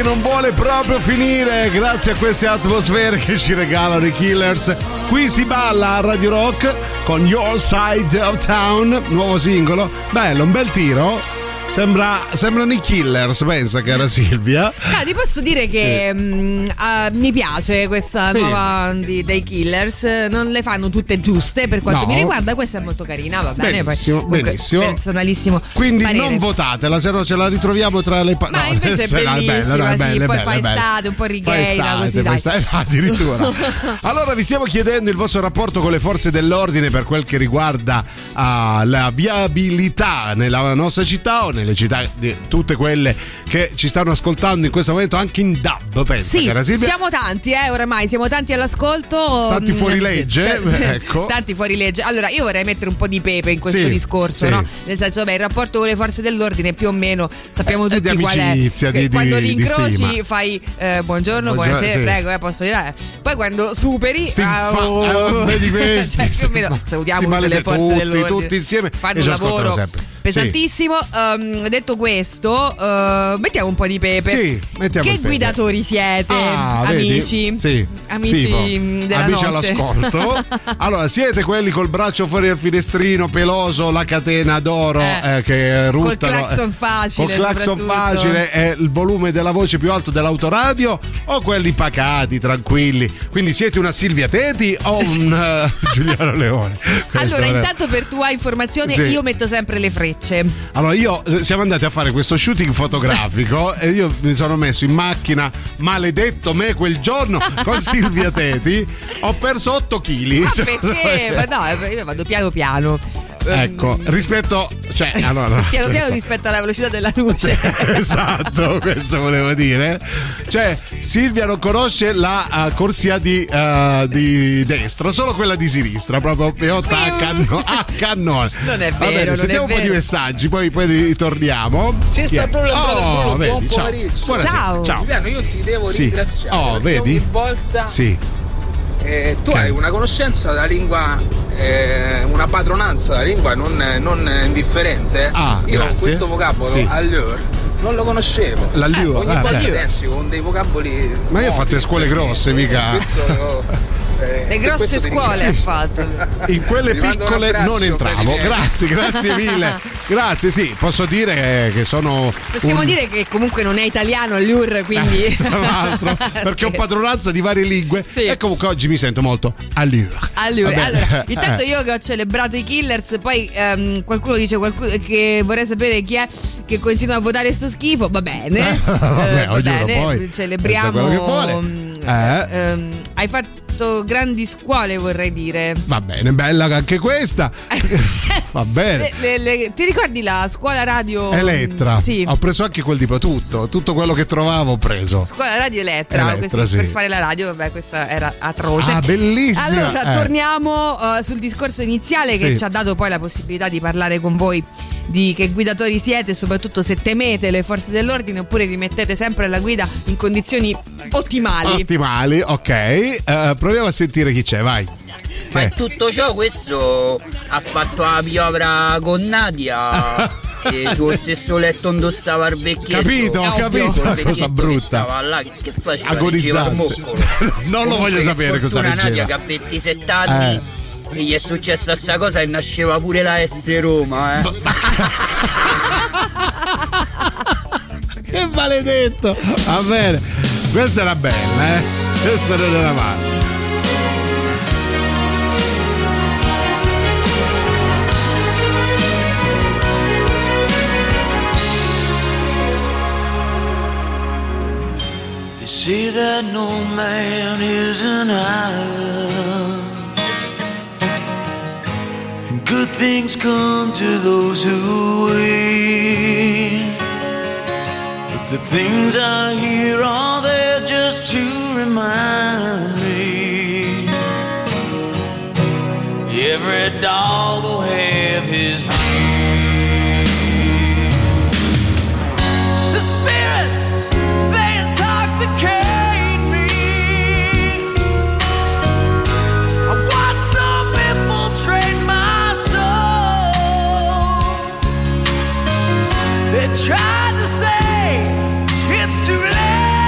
che non vuole proprio finire grazie a queste atmosfere che ci regalano i Killers. Qui si balla a Radio Rock con Your Side of Town, nuovo singolo. Bello, un bel tiro. Sembrano i Killers, pensa cara Silvia. No, ti posso dire che mi piace questa nuova dei Killers. Non le fanno tutte giuste per quanto mi riguarda. Questa è molto carina, va bene. Benissimo, poi, benissimo. Personalissimo. Quindi parere. Non votatela, se no ce la ritroviamo tra le Ma invece è bellissima, poi fa estate, un po' righeira, così dai. Addirittura. Allora vi stiamo chiedendo il vostro rapporto con le forze dell'ordine per quel che riguarda la viabilità nella nostra città o nelle città di tutte quelle che ci stanno ascoltando in questo momento anche in DAB, penso. Sì, siamo tanti, oramai siamo tanti all'ascolto. Tanti fuorilegge, ecco. Tanti fuorilegge. Allora, io vorrei mettere un po' di pepe in questo discorso, no? Nel senso, il rapporto con le forze dell'ordine più o meno sappiamo tutti di qual è. Amicizia, quando li incroci fai buongiorno, buonasera, prego, posso dire. Poi quando superi vedi questi, cioè, più o meno salutiamo tutte le forze dell'ordine. Tutti insieme fanno un lavoro pesantissimo. Detto questo, mettiamo un po' di pepe. Sì, mettiamo che il pepe. Guidatori siete, amici? Sì, amici della amici notte. all'ascolto. Allora, siete quelli col braccio fuori al finestrino, peloso, la catena d'oro che ruttano. Col clacson facile. Col clacson facile e il volume della voce più alto dell'autoradio, o quelli pacati, tranquilli? Quindi siete una Silvia Teti o un Giuliano Leone? Allora, intanto per tua informazione, io metto sempre le frecce. Allora, siamo andati a fare questo shooting fotografico e io mi sono messo in macchina, maledetto me, quel giorno con Silvia Teti, ho perso 8 kg. Ma perché? Ma no, io vado piano piano. Ecco, rispetto, allora, piano piano rispetto alla velocità della luce. Esatto, questo volevo dire. Cioè, Silvia non conosce la corsia di destra, solo quella di sinistra, proprio a cannone. Non è vero. Va bene, sentiamo un po' di messaggi, poi ritorniamo. Ci sta proprio buon pomeriggio. Ciao. Giuliano, io ti devo ringraziare. Vedi? Ogni volta tu hai una conoscenza della lingua, una padronanza della lingua non indifferente. Io con questo vocabolo allure non lo conoscevo. L'allure, ogni volta pensi con dei vocaboli. Ma io ho fatto le scuole grosse, mica. Le grosse scuole ha fatto. In quelle piccole non entravo. Grazie mille. Grazie, sì, posso dire che sono. Possiamo dire che comunque non è italiano allure, quindi. Tra l'altro, perché ho padronanza di varie lingue. Sì. E comunque oggi mi sento molto allure. Allora, intanto io che ho celebrato i Killers, poi qualcuno dice che vorrei sapere chi è che continua a votare sto schifo. Va bene. Va bene, poi celebriamo. Quello che vuole. Hai fatto grandi scuole, vorrei dire. Va bene, bella anche questa. Va bene. Ti ricordi la scuola radio Elettra? Sì. Ho preso anche quel tipo, tutto quello che trovavo ho preso. Scuola radio Elettra sì. Per fare la radio, vabbè, questa era atroce. Bellissima. Allora, torniamo sul discorso iniziale che ci ha dato poi la possibilità di parlare con voi di che guidatori siete, soprattutto se temete le forze dell'ordine oppure vi mettete sempre alla guida in condizioni ottimali, ok. Proviamo a sentire chi c'è, vai. Ma in tutto ciò questo ha fatto la piovra con Nadia e sullo stesso letto indossava il vecchietto. Ho capito, una cosa brutta. Là, che faceva? Agonizzante. Non lo voglio sapere cosa leggeva. Nadia che ha 27 anni e gli è successa sta cosa e nasceva pure la S Roma, Che maledetto. Va bene. Questa era bella, Questa non era male. They say that no man is an island, and good things come to those who wait. But the things I hear are there just to remind me every dog will have his day. The spirits, they intoxicate me. I watch them infiltrate my soul. They tried to say it's too late.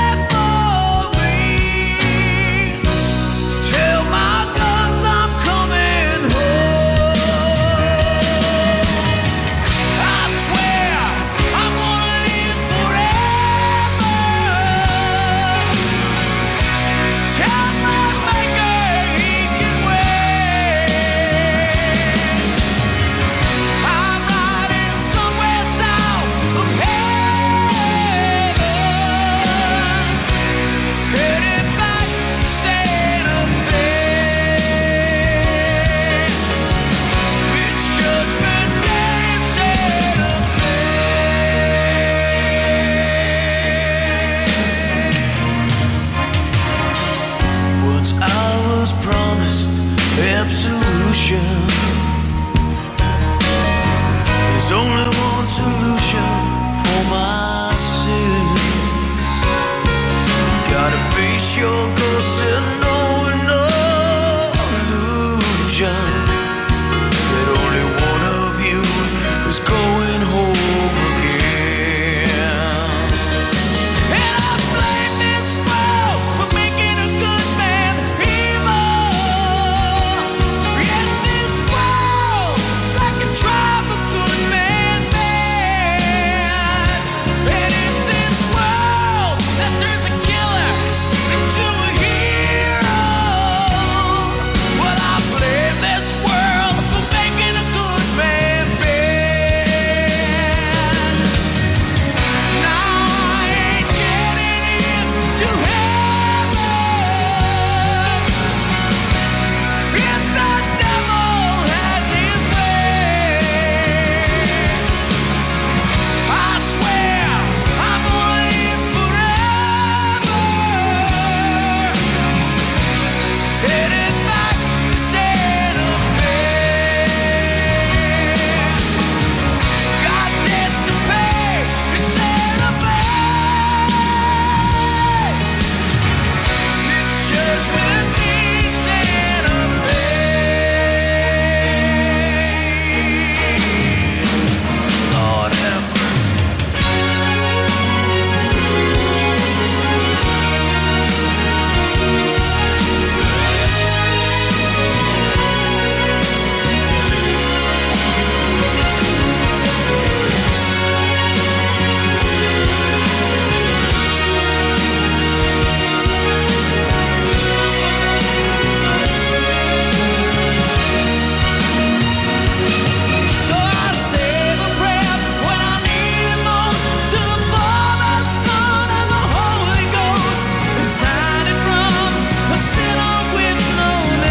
absolution. There's only one solution for my sins. Gotta face your ghost and know no illusion that only one of you is going home again. And I blame this world for making a good man evil. It's this world that can drive a good man mad. And it's this world that turns a killer into a hero. Well, I blame this world for making a good man bad. Now I ain't getting into heaven if the devil has his way. I swear I'm gonna live forever, headed back to Santa Fe. Got debts to pay in Santa Fe. It's judgment in Santa Fe. Lord have mercy. So I say the prayer when I need it most, to the Father, Son, and the Holy Ghost, and sign it from a sinner with no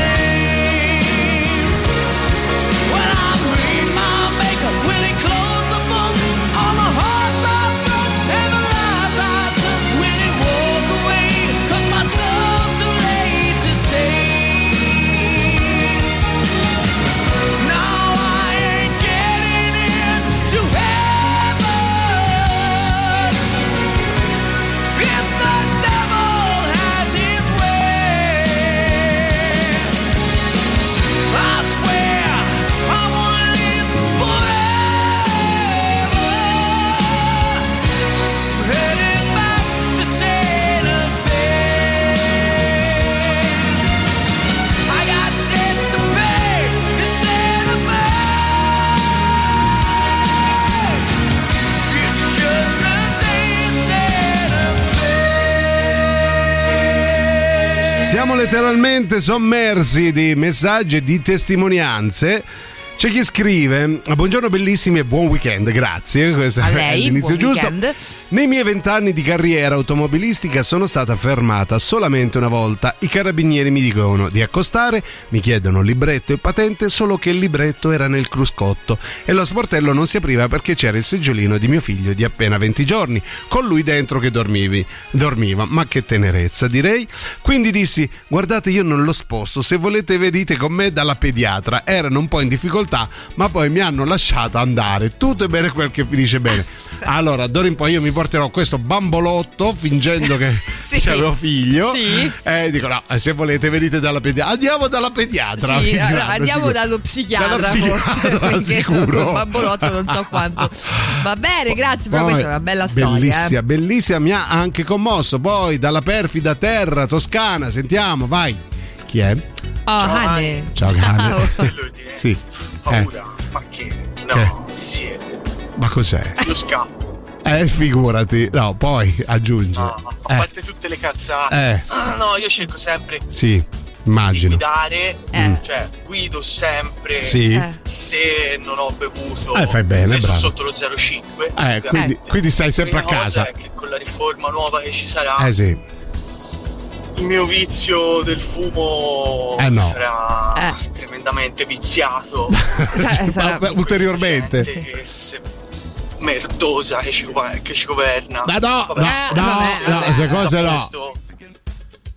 name. When I read my Maker, will He close the book on the hearts I broke and the lives I took? Will He walk away 'cause my soul's too late to save? Now I ain't getting into heaven if the devil has his way. I swear I wanna live forever, headed back to Santa Fe. I got debts to pay in Santa Fe. It's judgment day in Santa Fe. Siamo letteralmente sommersi di messaggi e di testimonianze. C'è chi scrive: buongiorno bellissimi e buon weekend, grazie. Questo A è lei, l'inizio buon giusto. weekend. Nei miei 20 anni di carriera automobilistica sono stata fermata solamente una volta. I carabinieri mi dicono di accostare, mi chiedono libretto e patente, solo che il libretto era nel cruscotto e lo sportello non si apriva perché c'era il seggiolino di mio figlio di appena 20 giorni, con lui dentro che dormiva. Ma che tenerezza, direi. Quindi dissi: guardate, io non lo sposto, se volete venite con me dalla pediatra. Erano un po' in difficoltà, ma poi mi hanno lasciato andare. Tutto è bene quel che finisce bene. Allora, d'ora in poi io mi porterò questo bambolotto fingendo che avevo figlio. Sì. Dico: no, se volete venite dalla pediatra. Andiamo dalla pediatra. Sì, Grande, andiamo sicuro. dallo psichiatra, Dallo psichiatra, forse, perché sicuro. insomma, un bambolotto non so quanto. Va bene, grazie, però Poi, questa è una bella storia. Bellissima, bellissima, mi ha anche commosso. Poi dalla perfida terra toscana, sentiamo, vai. Chi è? Hanne. Ciao, Hanne. Sì. Paura, ma che? No, siete. Ma cos'è? Io scappo. Figurati. No, poi aggiungi. No, a parte tutte le cazzate. No, io cerco sempre. Sì, immagino. Di guidare, cioè guido sempre. Sì. Se non ho bevuto. Fai bene, se bravo. sono sotto lo 0,5. Quindi stai sempre a casa. È che con la riforma nuova che ci sarà. Sì. Il mio vizio del fumo sarà tremendamente viziato. Sarà ulteriormente. Merdosa che ci governa. Ma no, queste cose no.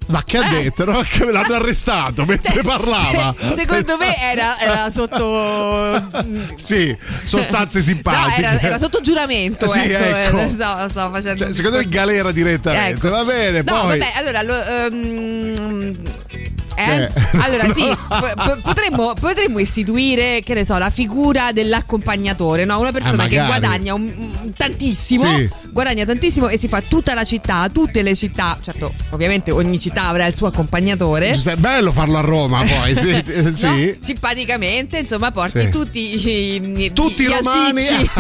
Ma che ha detto? No? Che l'hanno arrestato mentre parlava. Secondo me era sotto sì, sostanze simpatiche. No, era sotto giuramento. Sì, ecco. Stava facendo secondo me in galera direttamente. Ecco. Va bene. No, poi... vabbè, allora allora sì, potremmo istituire, che ne so, la figura dell'accompagnatore, no? Una persona che guadagna tantissimo, sì. Guadagna tantissimo e si fa tutta la città, tutte le città, certo, ovviamente ogni città avrà il suo accompagnatore. È bello farlo a Roma poi, sì, sì. No? Simpaticamente, insomma, porti sì. tutti i romani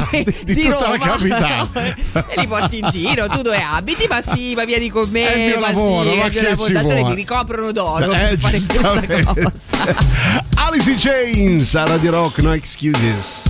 di tutta Roma, la capitale, no? E li porti in giro. Tu dove abiti? Ma sì, ma vieni con me. È il mio lavoro, sì, ma che ci vuole? Ti ricoprono d'oro per fare questa cosa. Alice in Chains a Radio Rock, No Excuses.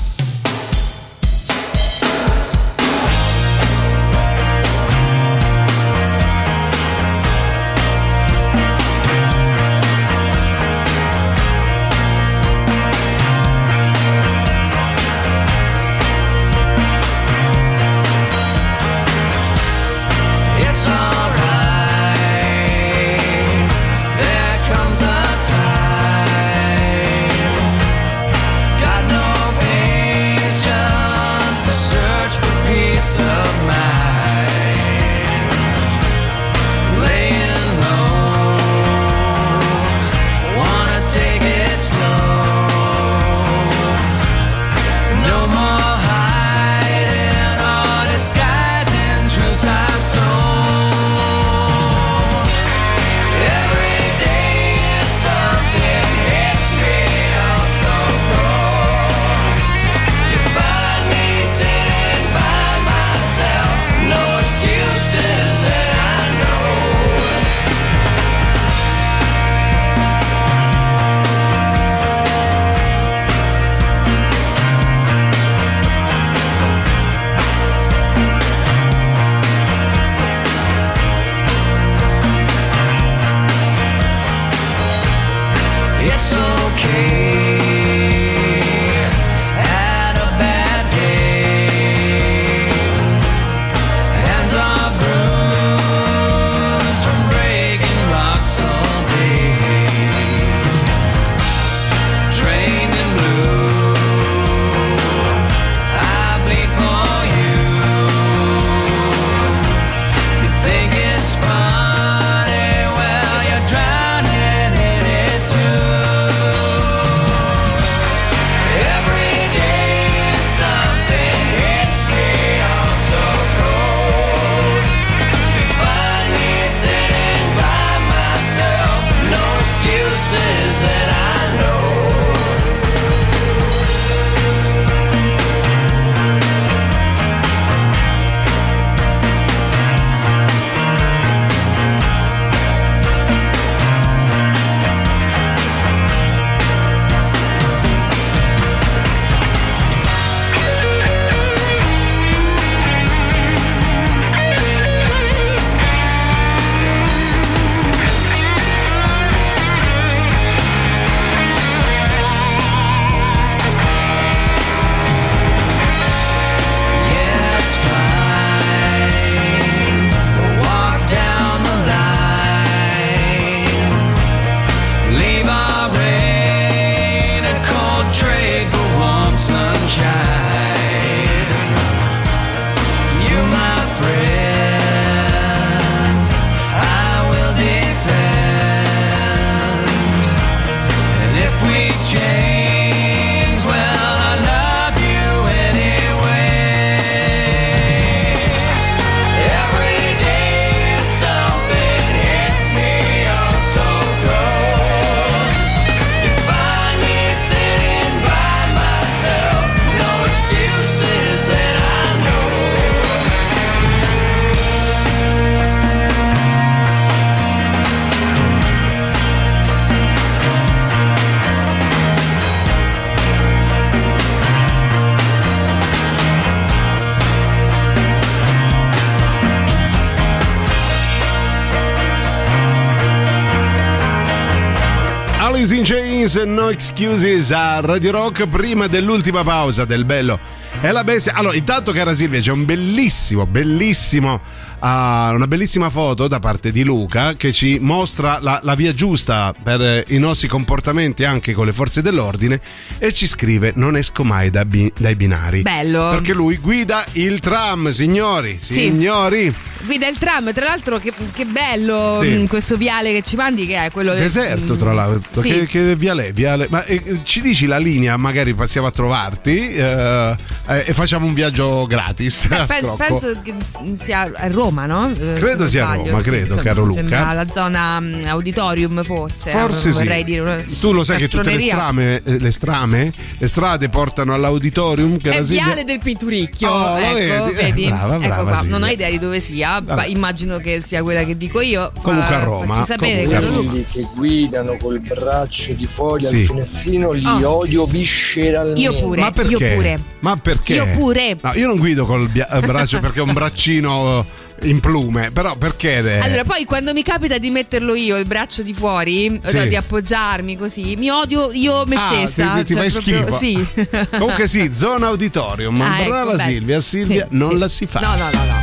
Alice in Chains, No Excuses a Radio Rock, prima dell'ultima pausa del bello È la bestia. Allora, intanto, cara Silvia, c'è un bellissimo una bellissima foto da parte di Luca che ci mostra la via giusta per i nostri comportamenti anche con le forze dell'ordine, e ci scrive: non esco mai dai binari. Bello, perché lui guida il tram, signori. Guida il tram, tra l'altro che bello, questo viale che ci mandi, che è quello deserto, tra l'altro. Sì. Che viale? Ma ci dici la linea, magari passiamo a trovarti e facciamo un viaggio gratis. Penso che sia a Roma, no? Credo sia a Roma, credo, caro Luca. Sembra la zona auditorium, forse sì. Dire tu lo sai che tutte le strade portano all'auditorium, che è viale del Pinturicchio. Ecco, vedi? Brava, ecco qua. Silvia. Non ho idea di dove sia. Immagino che sia quella che dico io. Comunque a Roma. Quelli che guidano col braccio di fuori al finestrino li odio visceralmente. Io pure. Ma perché? Io pure. No, io non guido col braccio perché ho un braccino in plume, però perché? Allora, poi quando mi capita di metterlo io il braccio di fuori, di appoggiarmi così, mi odio io me stessa. Ti fai schifo. Sì. Comunque sì, zona auditorium. Brava, ecco, Silvia, non la si fa. No.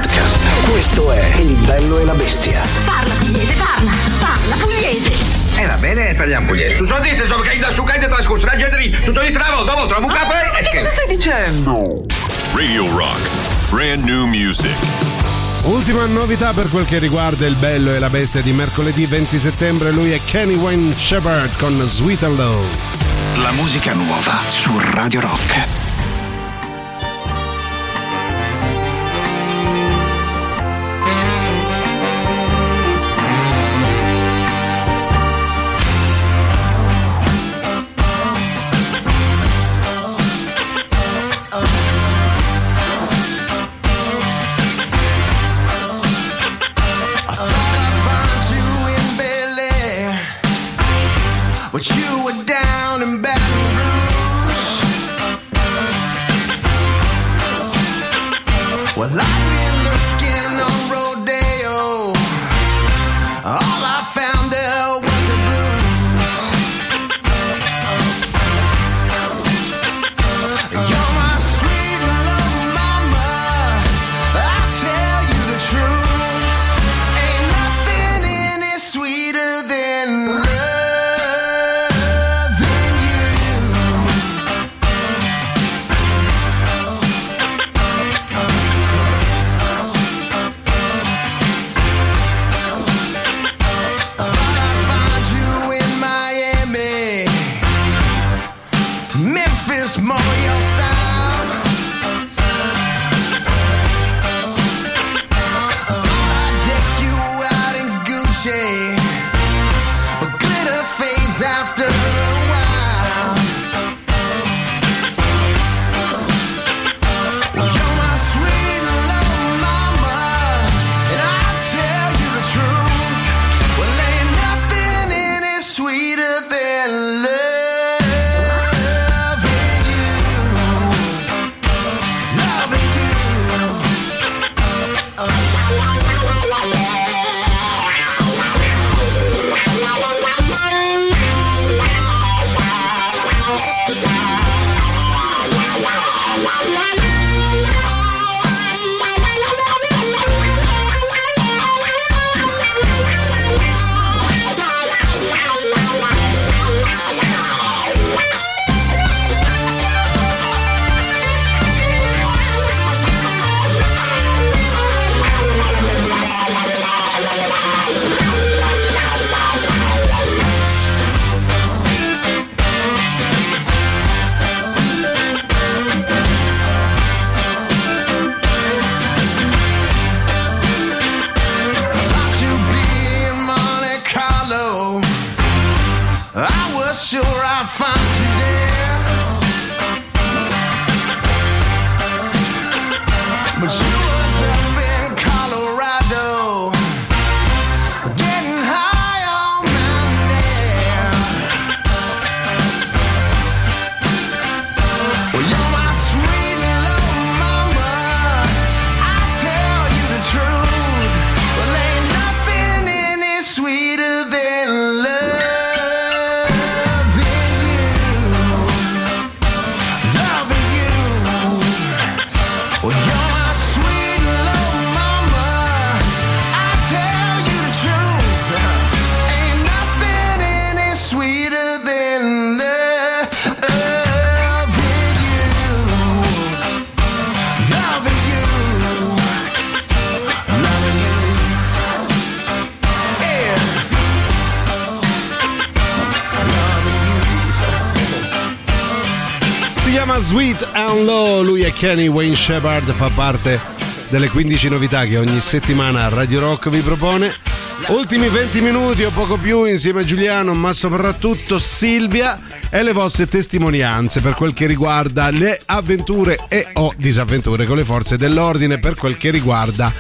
podcast. Questo è Il bello e la bestia. Parla pugliese, parla pugliese. Va bene, parliamo pugliese. Tu sono dite, insomma, che da su che trascorso la gente lì. Tu sono di una volta, la mucca poi e che stai dicendo? Radio Rock, brand new music. Ultima novità per quel che riguarda Il bello e la bestia di mercoledì 20 settembre, lui è Kenny Wayne Shepherd con Sweet and Low. La musica nuova su Radio Rock. But you were down in Baton Rouge. Well, I've been looking on Rodeo. All I found there was a bruise. You're my sweet little mama. I'll tell you the truth. Ain't nothing in it sweeter than love. Sweet and Low, lui è Kenny Wayne Shepherd, fa parte delle 15 novità che ogni settimana Radio Rock vi propone. Ultimi 20 minuti o poco più insieme a Giuliano, ma soprattutto Silvia, e le vostre testimonianze per quel che riguarda le avventure e o disavventure con le forze dell'ordine, per quel che riguarda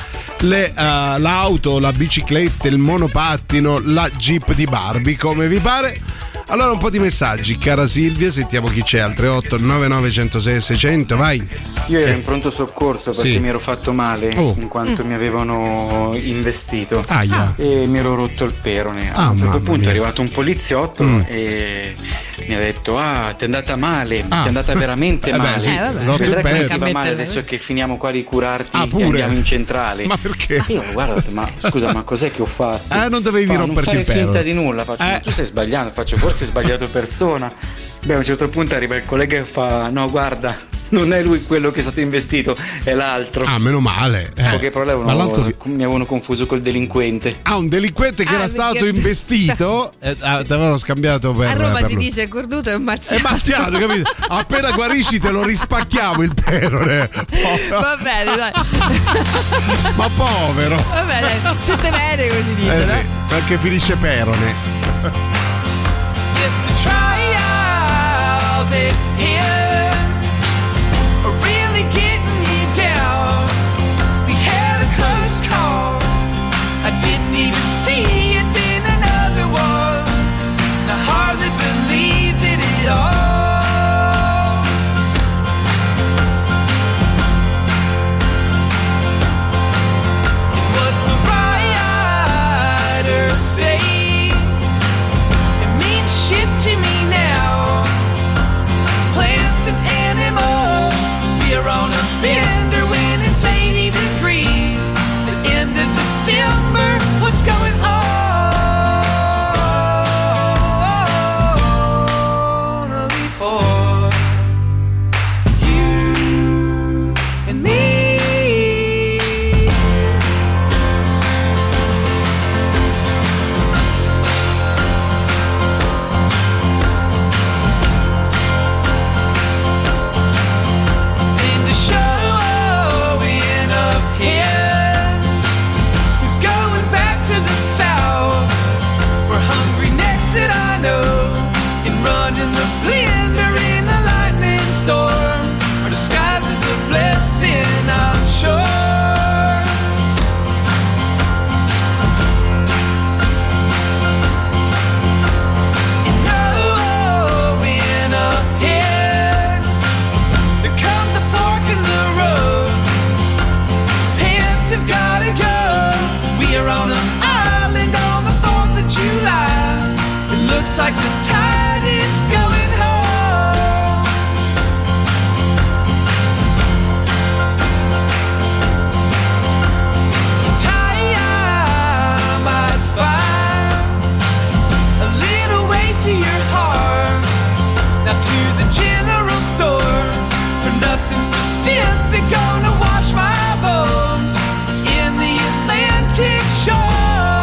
l'auto, la bicicletta, il monopattino, la Jeep di Barbie, come vi pare. Allora un po' di messaggi, cara Silvia, sentiamo chi c'è al 3899 106 600, vai. Io ero in pronto soccorso perché mi ero fatto male in quanto mi avevano investito e mi ero rotto il perone. A un certo punto è arrivato un poliziotto e mi ha detto: ah, ti è andata male, ti è andata veramente male. Sì, vedrai come ti va male adesso che finiamo qua di curarti e andiamo in centrale. Ma perché? Io guarda, ma scusa, ma cos'è che ho fatto? Non dovevi romperti il pelo. Non fare finta di nulla, faccio, ma tu stai sbagliando, faccio, forse hai sbagliato persona. Beh, a un certo punto arriva il collega e fa: no, guarda, non è lui quello che è stato investito, è l'altro. Meno male. Perché però mi avevano confuso col delinquente. Un delinquente che era stato investito. Ti avevano scambiato per. A Roma si dice cornuto e marziato. È marziato, capito? Appena guarisci te lo rispacchiamo il perone. Va bene, dai. Ma povero. Va bene, tutte bene come si dice, no? Sì, perché finisce perone. Here are really getting you down. We had a close call. I didn't even see it, then another one. I hardly believed it at all. What the writers say, it means shit to me now. Plants and animals, we're on a bender when it's 80 degrees. The end of December, what's going on? Only for you and me. Running the blender in a lightning storm. Our disguise is a blessing, I'm sure. And knowing ahead, there comes a fork in the road. Pants have gotta go. We are on an island on the 4th of July. It looks like the tide is going home. I might find a little way to your heart. Now to the general store for nothing specific. Gonna wash my bones in the Atlantic shore.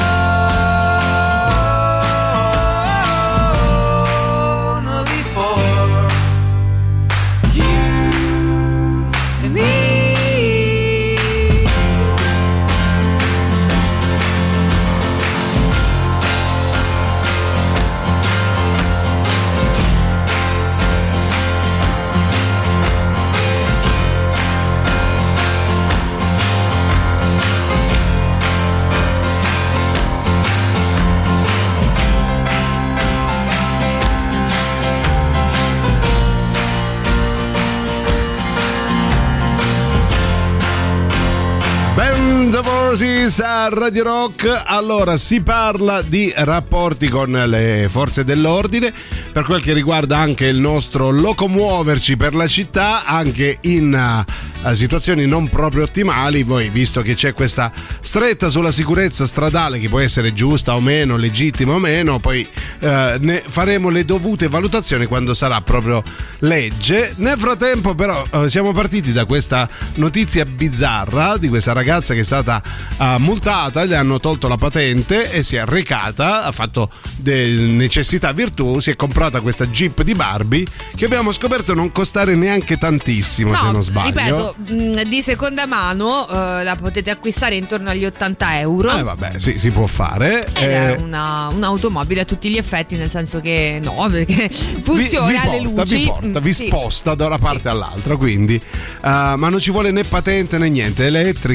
The Voices a Radio Rock. Allora, si parla di rapporti con le forze dell'ordine per quel che riguarda anche il nostro locomuoverci per la città, anche in situazioni non proprio ottimali. Poi, visto che c'è questa stretta sulla sicurezza stradale che può essere giusta o meno, legittima o meno, poi ne faremo le dovute valutazioni quando sarà proprio legge. Nel frattempo però siamo partiti da questa notizia bizzarra di questa ragazza che è stata multata, gli hanno tolto la patente e si è recata, ha fatto necessità virtù, si è comprata questa Jeep di Barbie che abbiamo scoperto non costare neanche tantissimo, se non sbaglio. Ripeto, di seconda mano la potete acquistare intorno agli 80 euro. Vabbè, sì, si può fare. È un'automobile a tutti gli effetti, nel senso che no, perché funziona alle luci. Vi sposta da una parte all'altra, quindi ma non ci vuole né patente né niente, elettrica.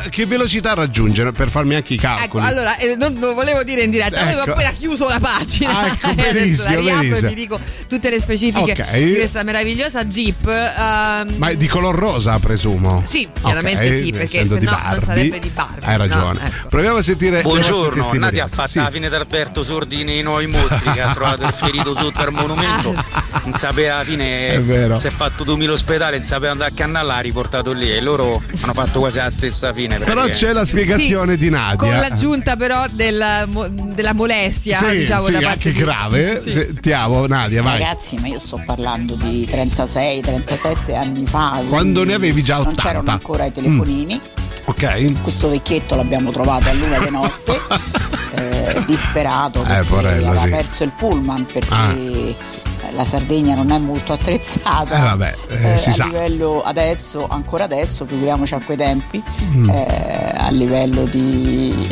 che velocità raggiunge per farmi anche i calcoli? Ecco, allora, non volevo dire in diretta, avevo appena chiuso la pagina. Ecco, benissimo, e vi dico tutte le specifiche di questa meravigliosa Jeep. Ma di color rosa, presumo? Sì, chiaramente sì, perché se no non sarebbe di Barbie. Hai ragione. No, ecco. Proviamo a sentire. Buongiorno, Nadia ha fatto la fine d'Alberto Sordi nei Nuovi Mostri, che ha trovato il ferito sotto al monumento. Non sapeva alla fine, si è fatto 2000 ospedale, non sapeva andare a Cannalla, l'ha riportato lì e loro hanno fatto quasi la stessa fine. Però c'è la spiegazione di Nadia. Con l'aggiunta però della molestia, diciamo, da parte anche grave. Sentiamo, Nadia, vai. Ragazzi, ma io sto parlando di 36-37 anni fa. Quando ne avevi già 80. Non c'erano ancora i telefonini. Ok. Questo vecchietto l'abbiamo trovato a luna di notte, disperato, perché aveva perso il pullman, perché la Sardegna non è molto attrezzata si sa. Livello adesso, ancora adesso, figuriamoci a quei tempi, a livello di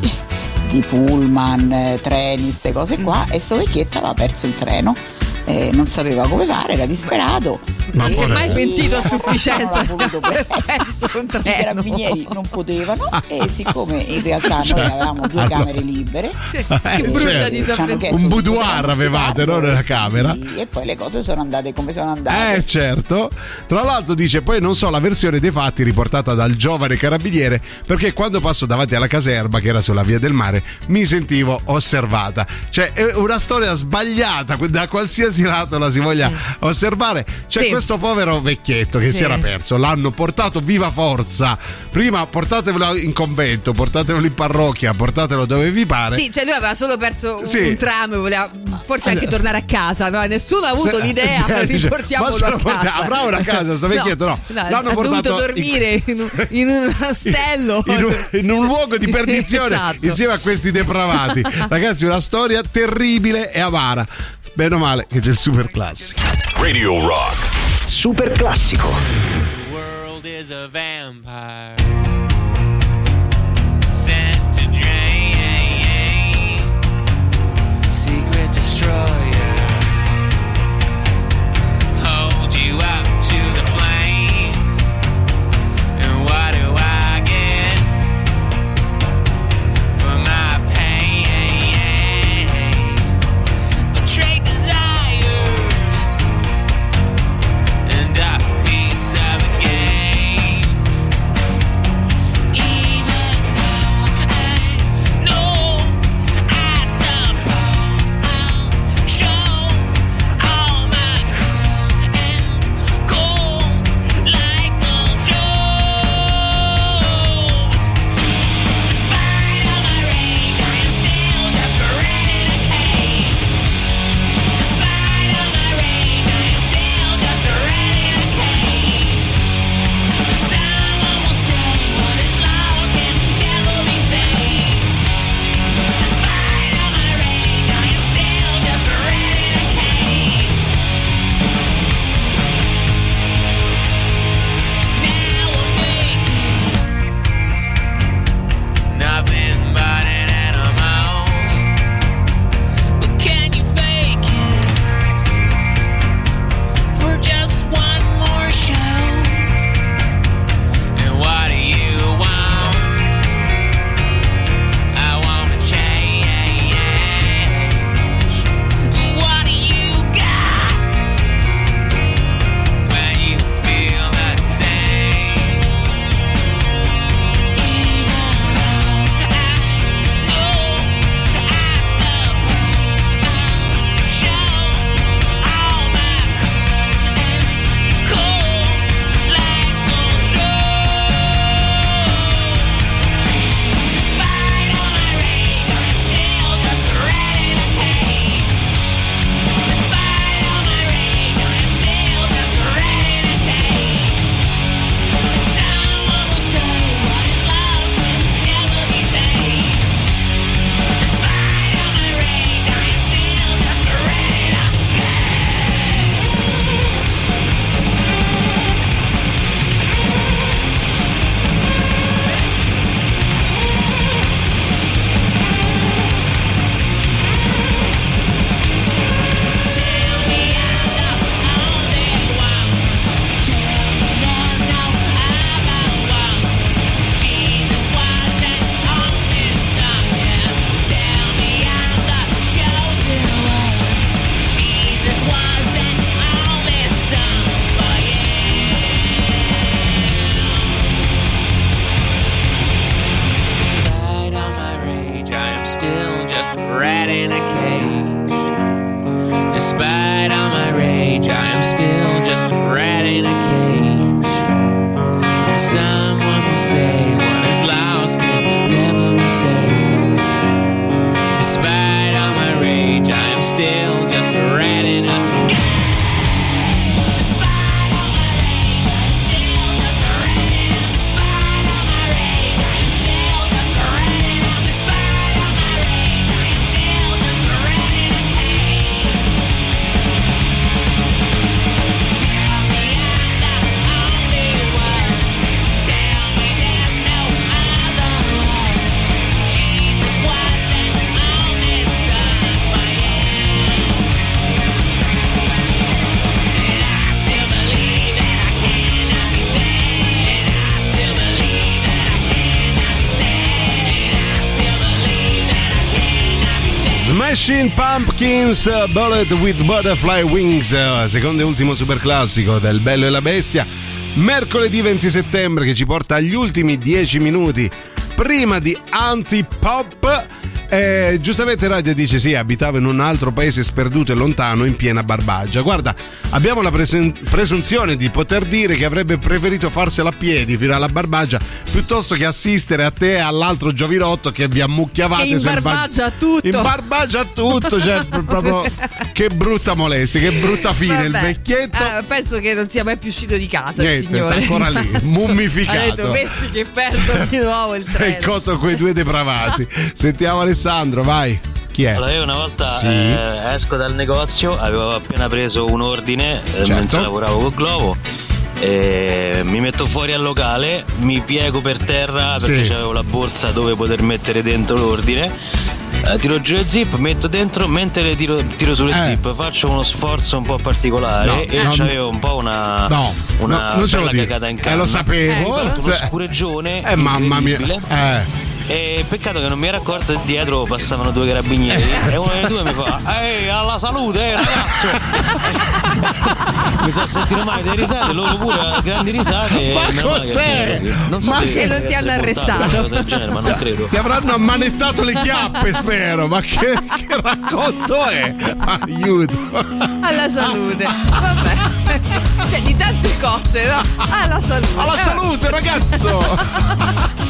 pullman, treni, queste cose qua, e sto vecchietto aveva perso il treno. Non sapeva come fare, era disperato. Ma non si è mai pentito a sufficienza. I carabinieri non potevano, e siccome in realtà noi avevamo 2 camere libere, che brutta disavventura. Un boudoir avevate, non nella camera. E poi le cose sono andate come sono andate. Certo. Tra l'altro dice, poi non so la versione dei fatti riportata dal giovane carabiniere, perché quando passo davanti alla caserma, che era sulla via del mare, mi sentivo osservata. Cioè è una storia sbagliata da qualsiasi lato la si voglia osservare. C'è questo povero vecchietto che si era perso, l'hanno portato viva forza. Prima portatevelo in convento, portatevelo in parrocchia, portatelo dove vi pare. Sì, cioè lui aveva solo perso un tram, voleva forse anche tornare a casa, no? Nessuno ha avuto l'idea, riportiamolo a casa. Avrà una casa sto vecchietto, no. L'hanno portato, dovuto dormire in un ostello, in un luogo di perdizione insieme a questi depravati. Ragazzi, una storia terribile e amara. Bene o male che c'è il super classico. Radio Rock. Super classico. The world is a vampire sent to drain secret destroyers hold you up to the flames, and what do I get for my pain? Betrayed desires and a piece of a game. Smashing Pumpkins, Bullet with Butterfly Wings, secondo e ultimo super classico del Bello e la Bestia, mercoledì 20 settembre, che ci porta agli ultimi 10 minuti prima di Antipop. Giustamente Radio dice sì, abitavo in un altro paese sperduto e lontano in piena Barbagia. Guarda, abbiamo la presunzione di poter dire che avrebbe preferito farsela a piedi fino alla Barbagia piuttosto che assistere a te e all'altro giovinotto che vi ammucchiavate. Che imbarbagia tutto. Imbarbagia tutto, cioè proprio che brutta molestia, che brutta fine. Vabbè, il vecchietto. Penso che non sia mai più uscito di casa. Niente, il signore sta ancora lì, mummificato. Ha detto, vedi che perdo di nuovo il treno. E contro quei due depravati. Sentiamo Alessandro, vai. Chi è? Allora, io una volta esco dal negozio, avevo appena preso un ordine, mentre lavoravo con Glovo, mi metto fuori al locale, mi piego per terra perché avevo la borsa dove poter mettere dentro l'ordine, tiro giù le zip, metto dentro, mentre tiro sulle zip faccio uno sforzo un po' particolare c'avevo un po' una bella cagata in canna, lo sapevo, uno scureggione mamma mia. Peccato che non mi ero accorto che dietro passavano due carabinieri e uno dei due mi fa alla salute ragazzo. Mi sono sentito male delle risate, loro pure grandi risate. Ma cos'è? Non so che non ti hanno arrestato, genere, ma non credo. Ti avranno ammanettato le chiappe, spero. Ma che racconto è? Aiuto. Alla salute. Vabbè, cioè di tante cose, no? Alla salute. Alla salute, ragazzo.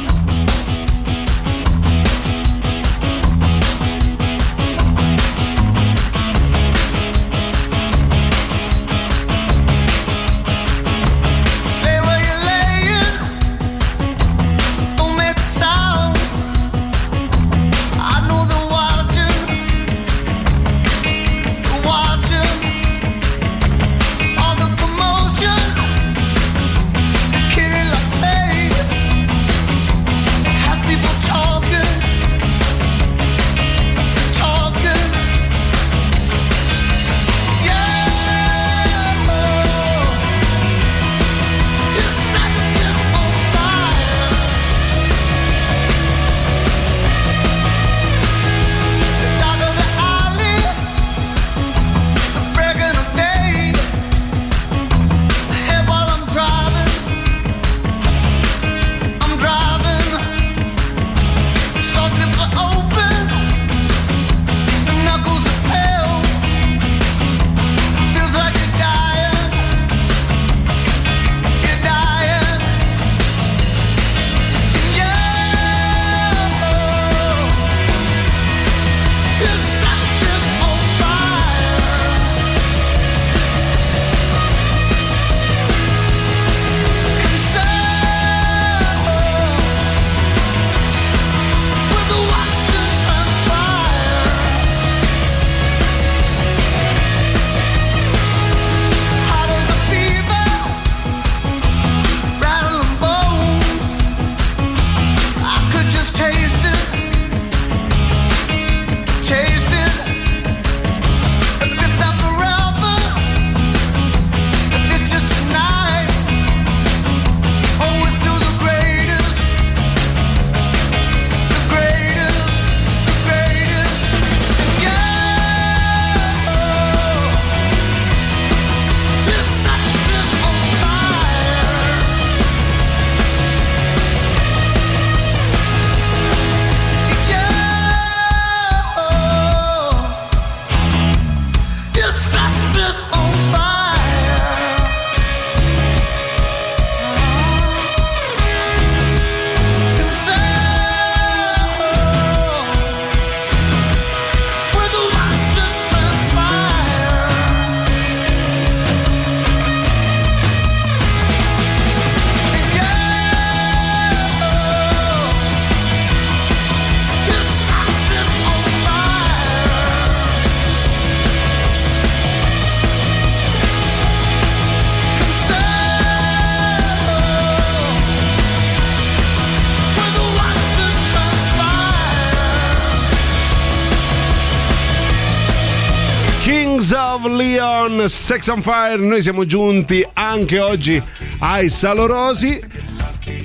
of Leon, Sex on Fire. Noi siamo giunti anche oggi ai Salorosi.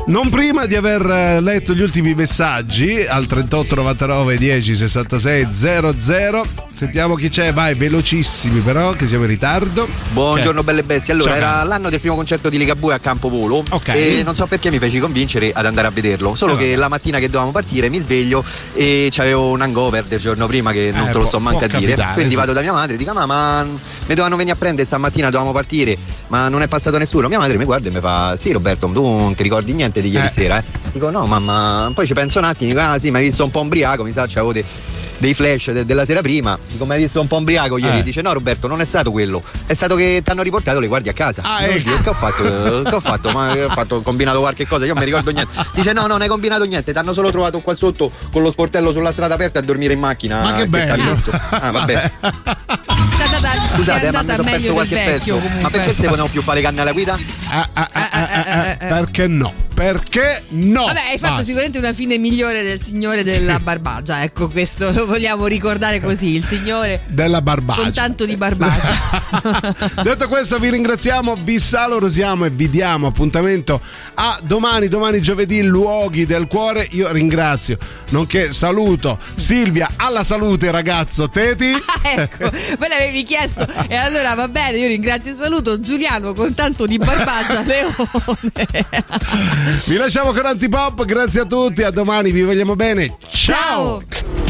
Non prima di aver letto gli ultimi messaggi al 38 99 10 66 00. Sentiamo chi c'è, vai, velocissimi però che siamo in ritardo. Buongiorno belle bestie. Allora, era l'anno del primo concerto di Ligabue a Campovolo, e non so perché mi feci convincere ad andare a vederlo. Solo che la mattina che dovevamo partire mi sveglio e c'avevo un hangover del giorno prima che non te lo sto manco a dire. Quindi vado da mia madre e dico: mamma, mi dovevano venire a prendere stamattina, dovevamo partire, ma non è passato nessuno. Mia madre mi guarda e mi fa: sì Roberto, tu non ti ricordi niente di ieri sera? Dico: no mamma. Poi ci penso un attimo, dico: ah sì, mi hai visto un po' ubriaco, mi sa c'avevo dei flash della sera prima. Dico: mi hai visto un po' ubriaco ieri? Dice: no Roberto, non è stato quello, è stato che ti hanno riportato le guardie a casa. Che ho fatto? Ma ho combinato qualche cosa, io non mi ricordo niente. Dice: no, non hai combinato niente, ti hanno solo trovato qua sotto con lo sportello sulla strada aperta a dormire in macchina. Ma che bello. Vabbè. Scusate, ma mi sono perso qualche pezzo. Comunque. Ma perché se potevamo più fare canne alla guida? Perché no? Perché no? Vabbè, hai fatto sicuramente una fine migliore del signore della Barbagia. Ecco, questo lo vogliamo ricordare così: il signore della Barbagia. Con tanto di Barbagia. Detto questo, vi ringraziamo, vi salorosiamo e vi diamo appuntamento a domani giovedì, luoghi del cuore. Io ringrazio, nonché saluto Silvia, alla salute ragazzo Teti. Ecco, voi l'avevi chiesto e allora va bene, io ringrazio e saluto Giuliano con tanto di Barbagia Leone. Vi lasciamo con Antipop, grazie a tutti, a domani, vi vogliamo bene. Ciao.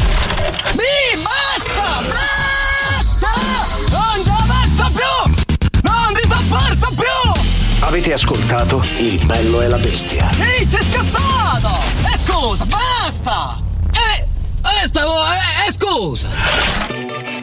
Basta! Non ce la faccio più! Non ti sopporto più! Avete ascoltato Il Bello e la Bestia? Ehi, sei scassato! Scusa, basta! Scusa!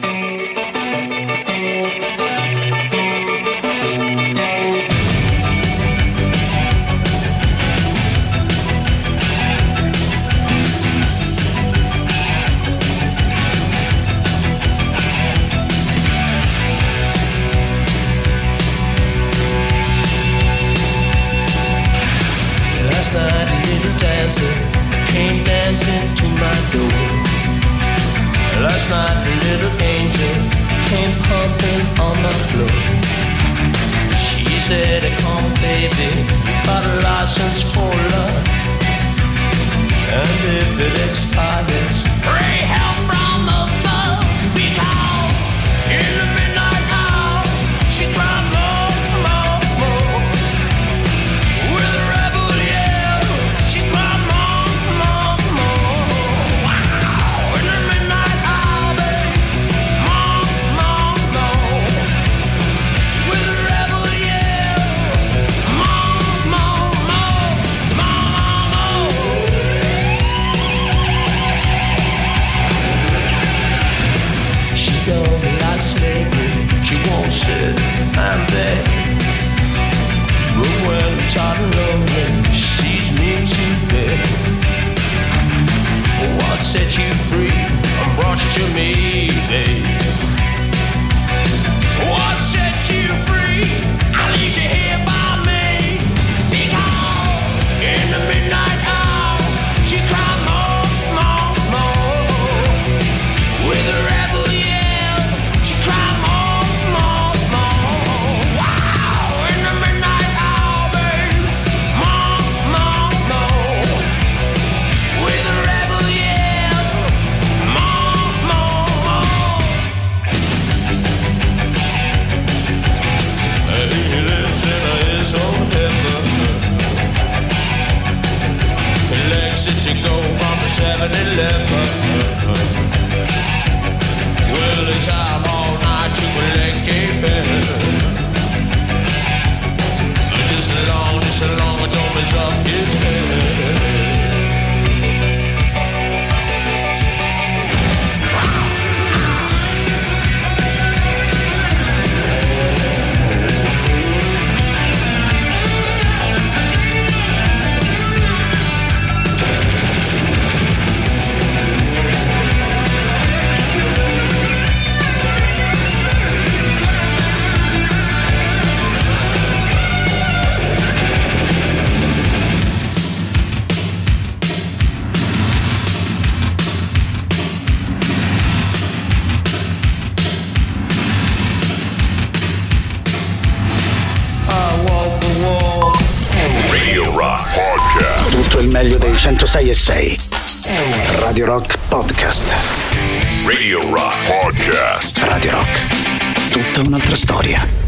Last night a little dancer came dancing to my door. Last night a little angel came pumping on my floor. She said, come baby, you got a license for love, and if it expires, pray help from above. Because in the midnight hour she cried more, more, more. With a rebel yell she cried more, more, more. Wow! In the midnight hour, babe, more, more, more. With a rebel yell, more, more, more, more, more. She don't like slavery, she won't sit and beg. But when I'm tired and lonely, she's mean to bed. What set you free and brought you to me, babe? What set you free? I leave you here by me. Because in the midnight hour, she cried more, more, more. With a rebel yell, she cried more, more, more. Wow! In the midnight hour, babe, more, more, more. With a rebel yell, more, more, more. He lives in his own heaven. He likes it to go from the 7-Eleven. Well, it's time all night to collect a pen. Just as long as don't mess up his head. meglio dei 106.6. Radio Rock Podcast. Radio Rock Podcast. Radio Rock. Tutta un'altra storia.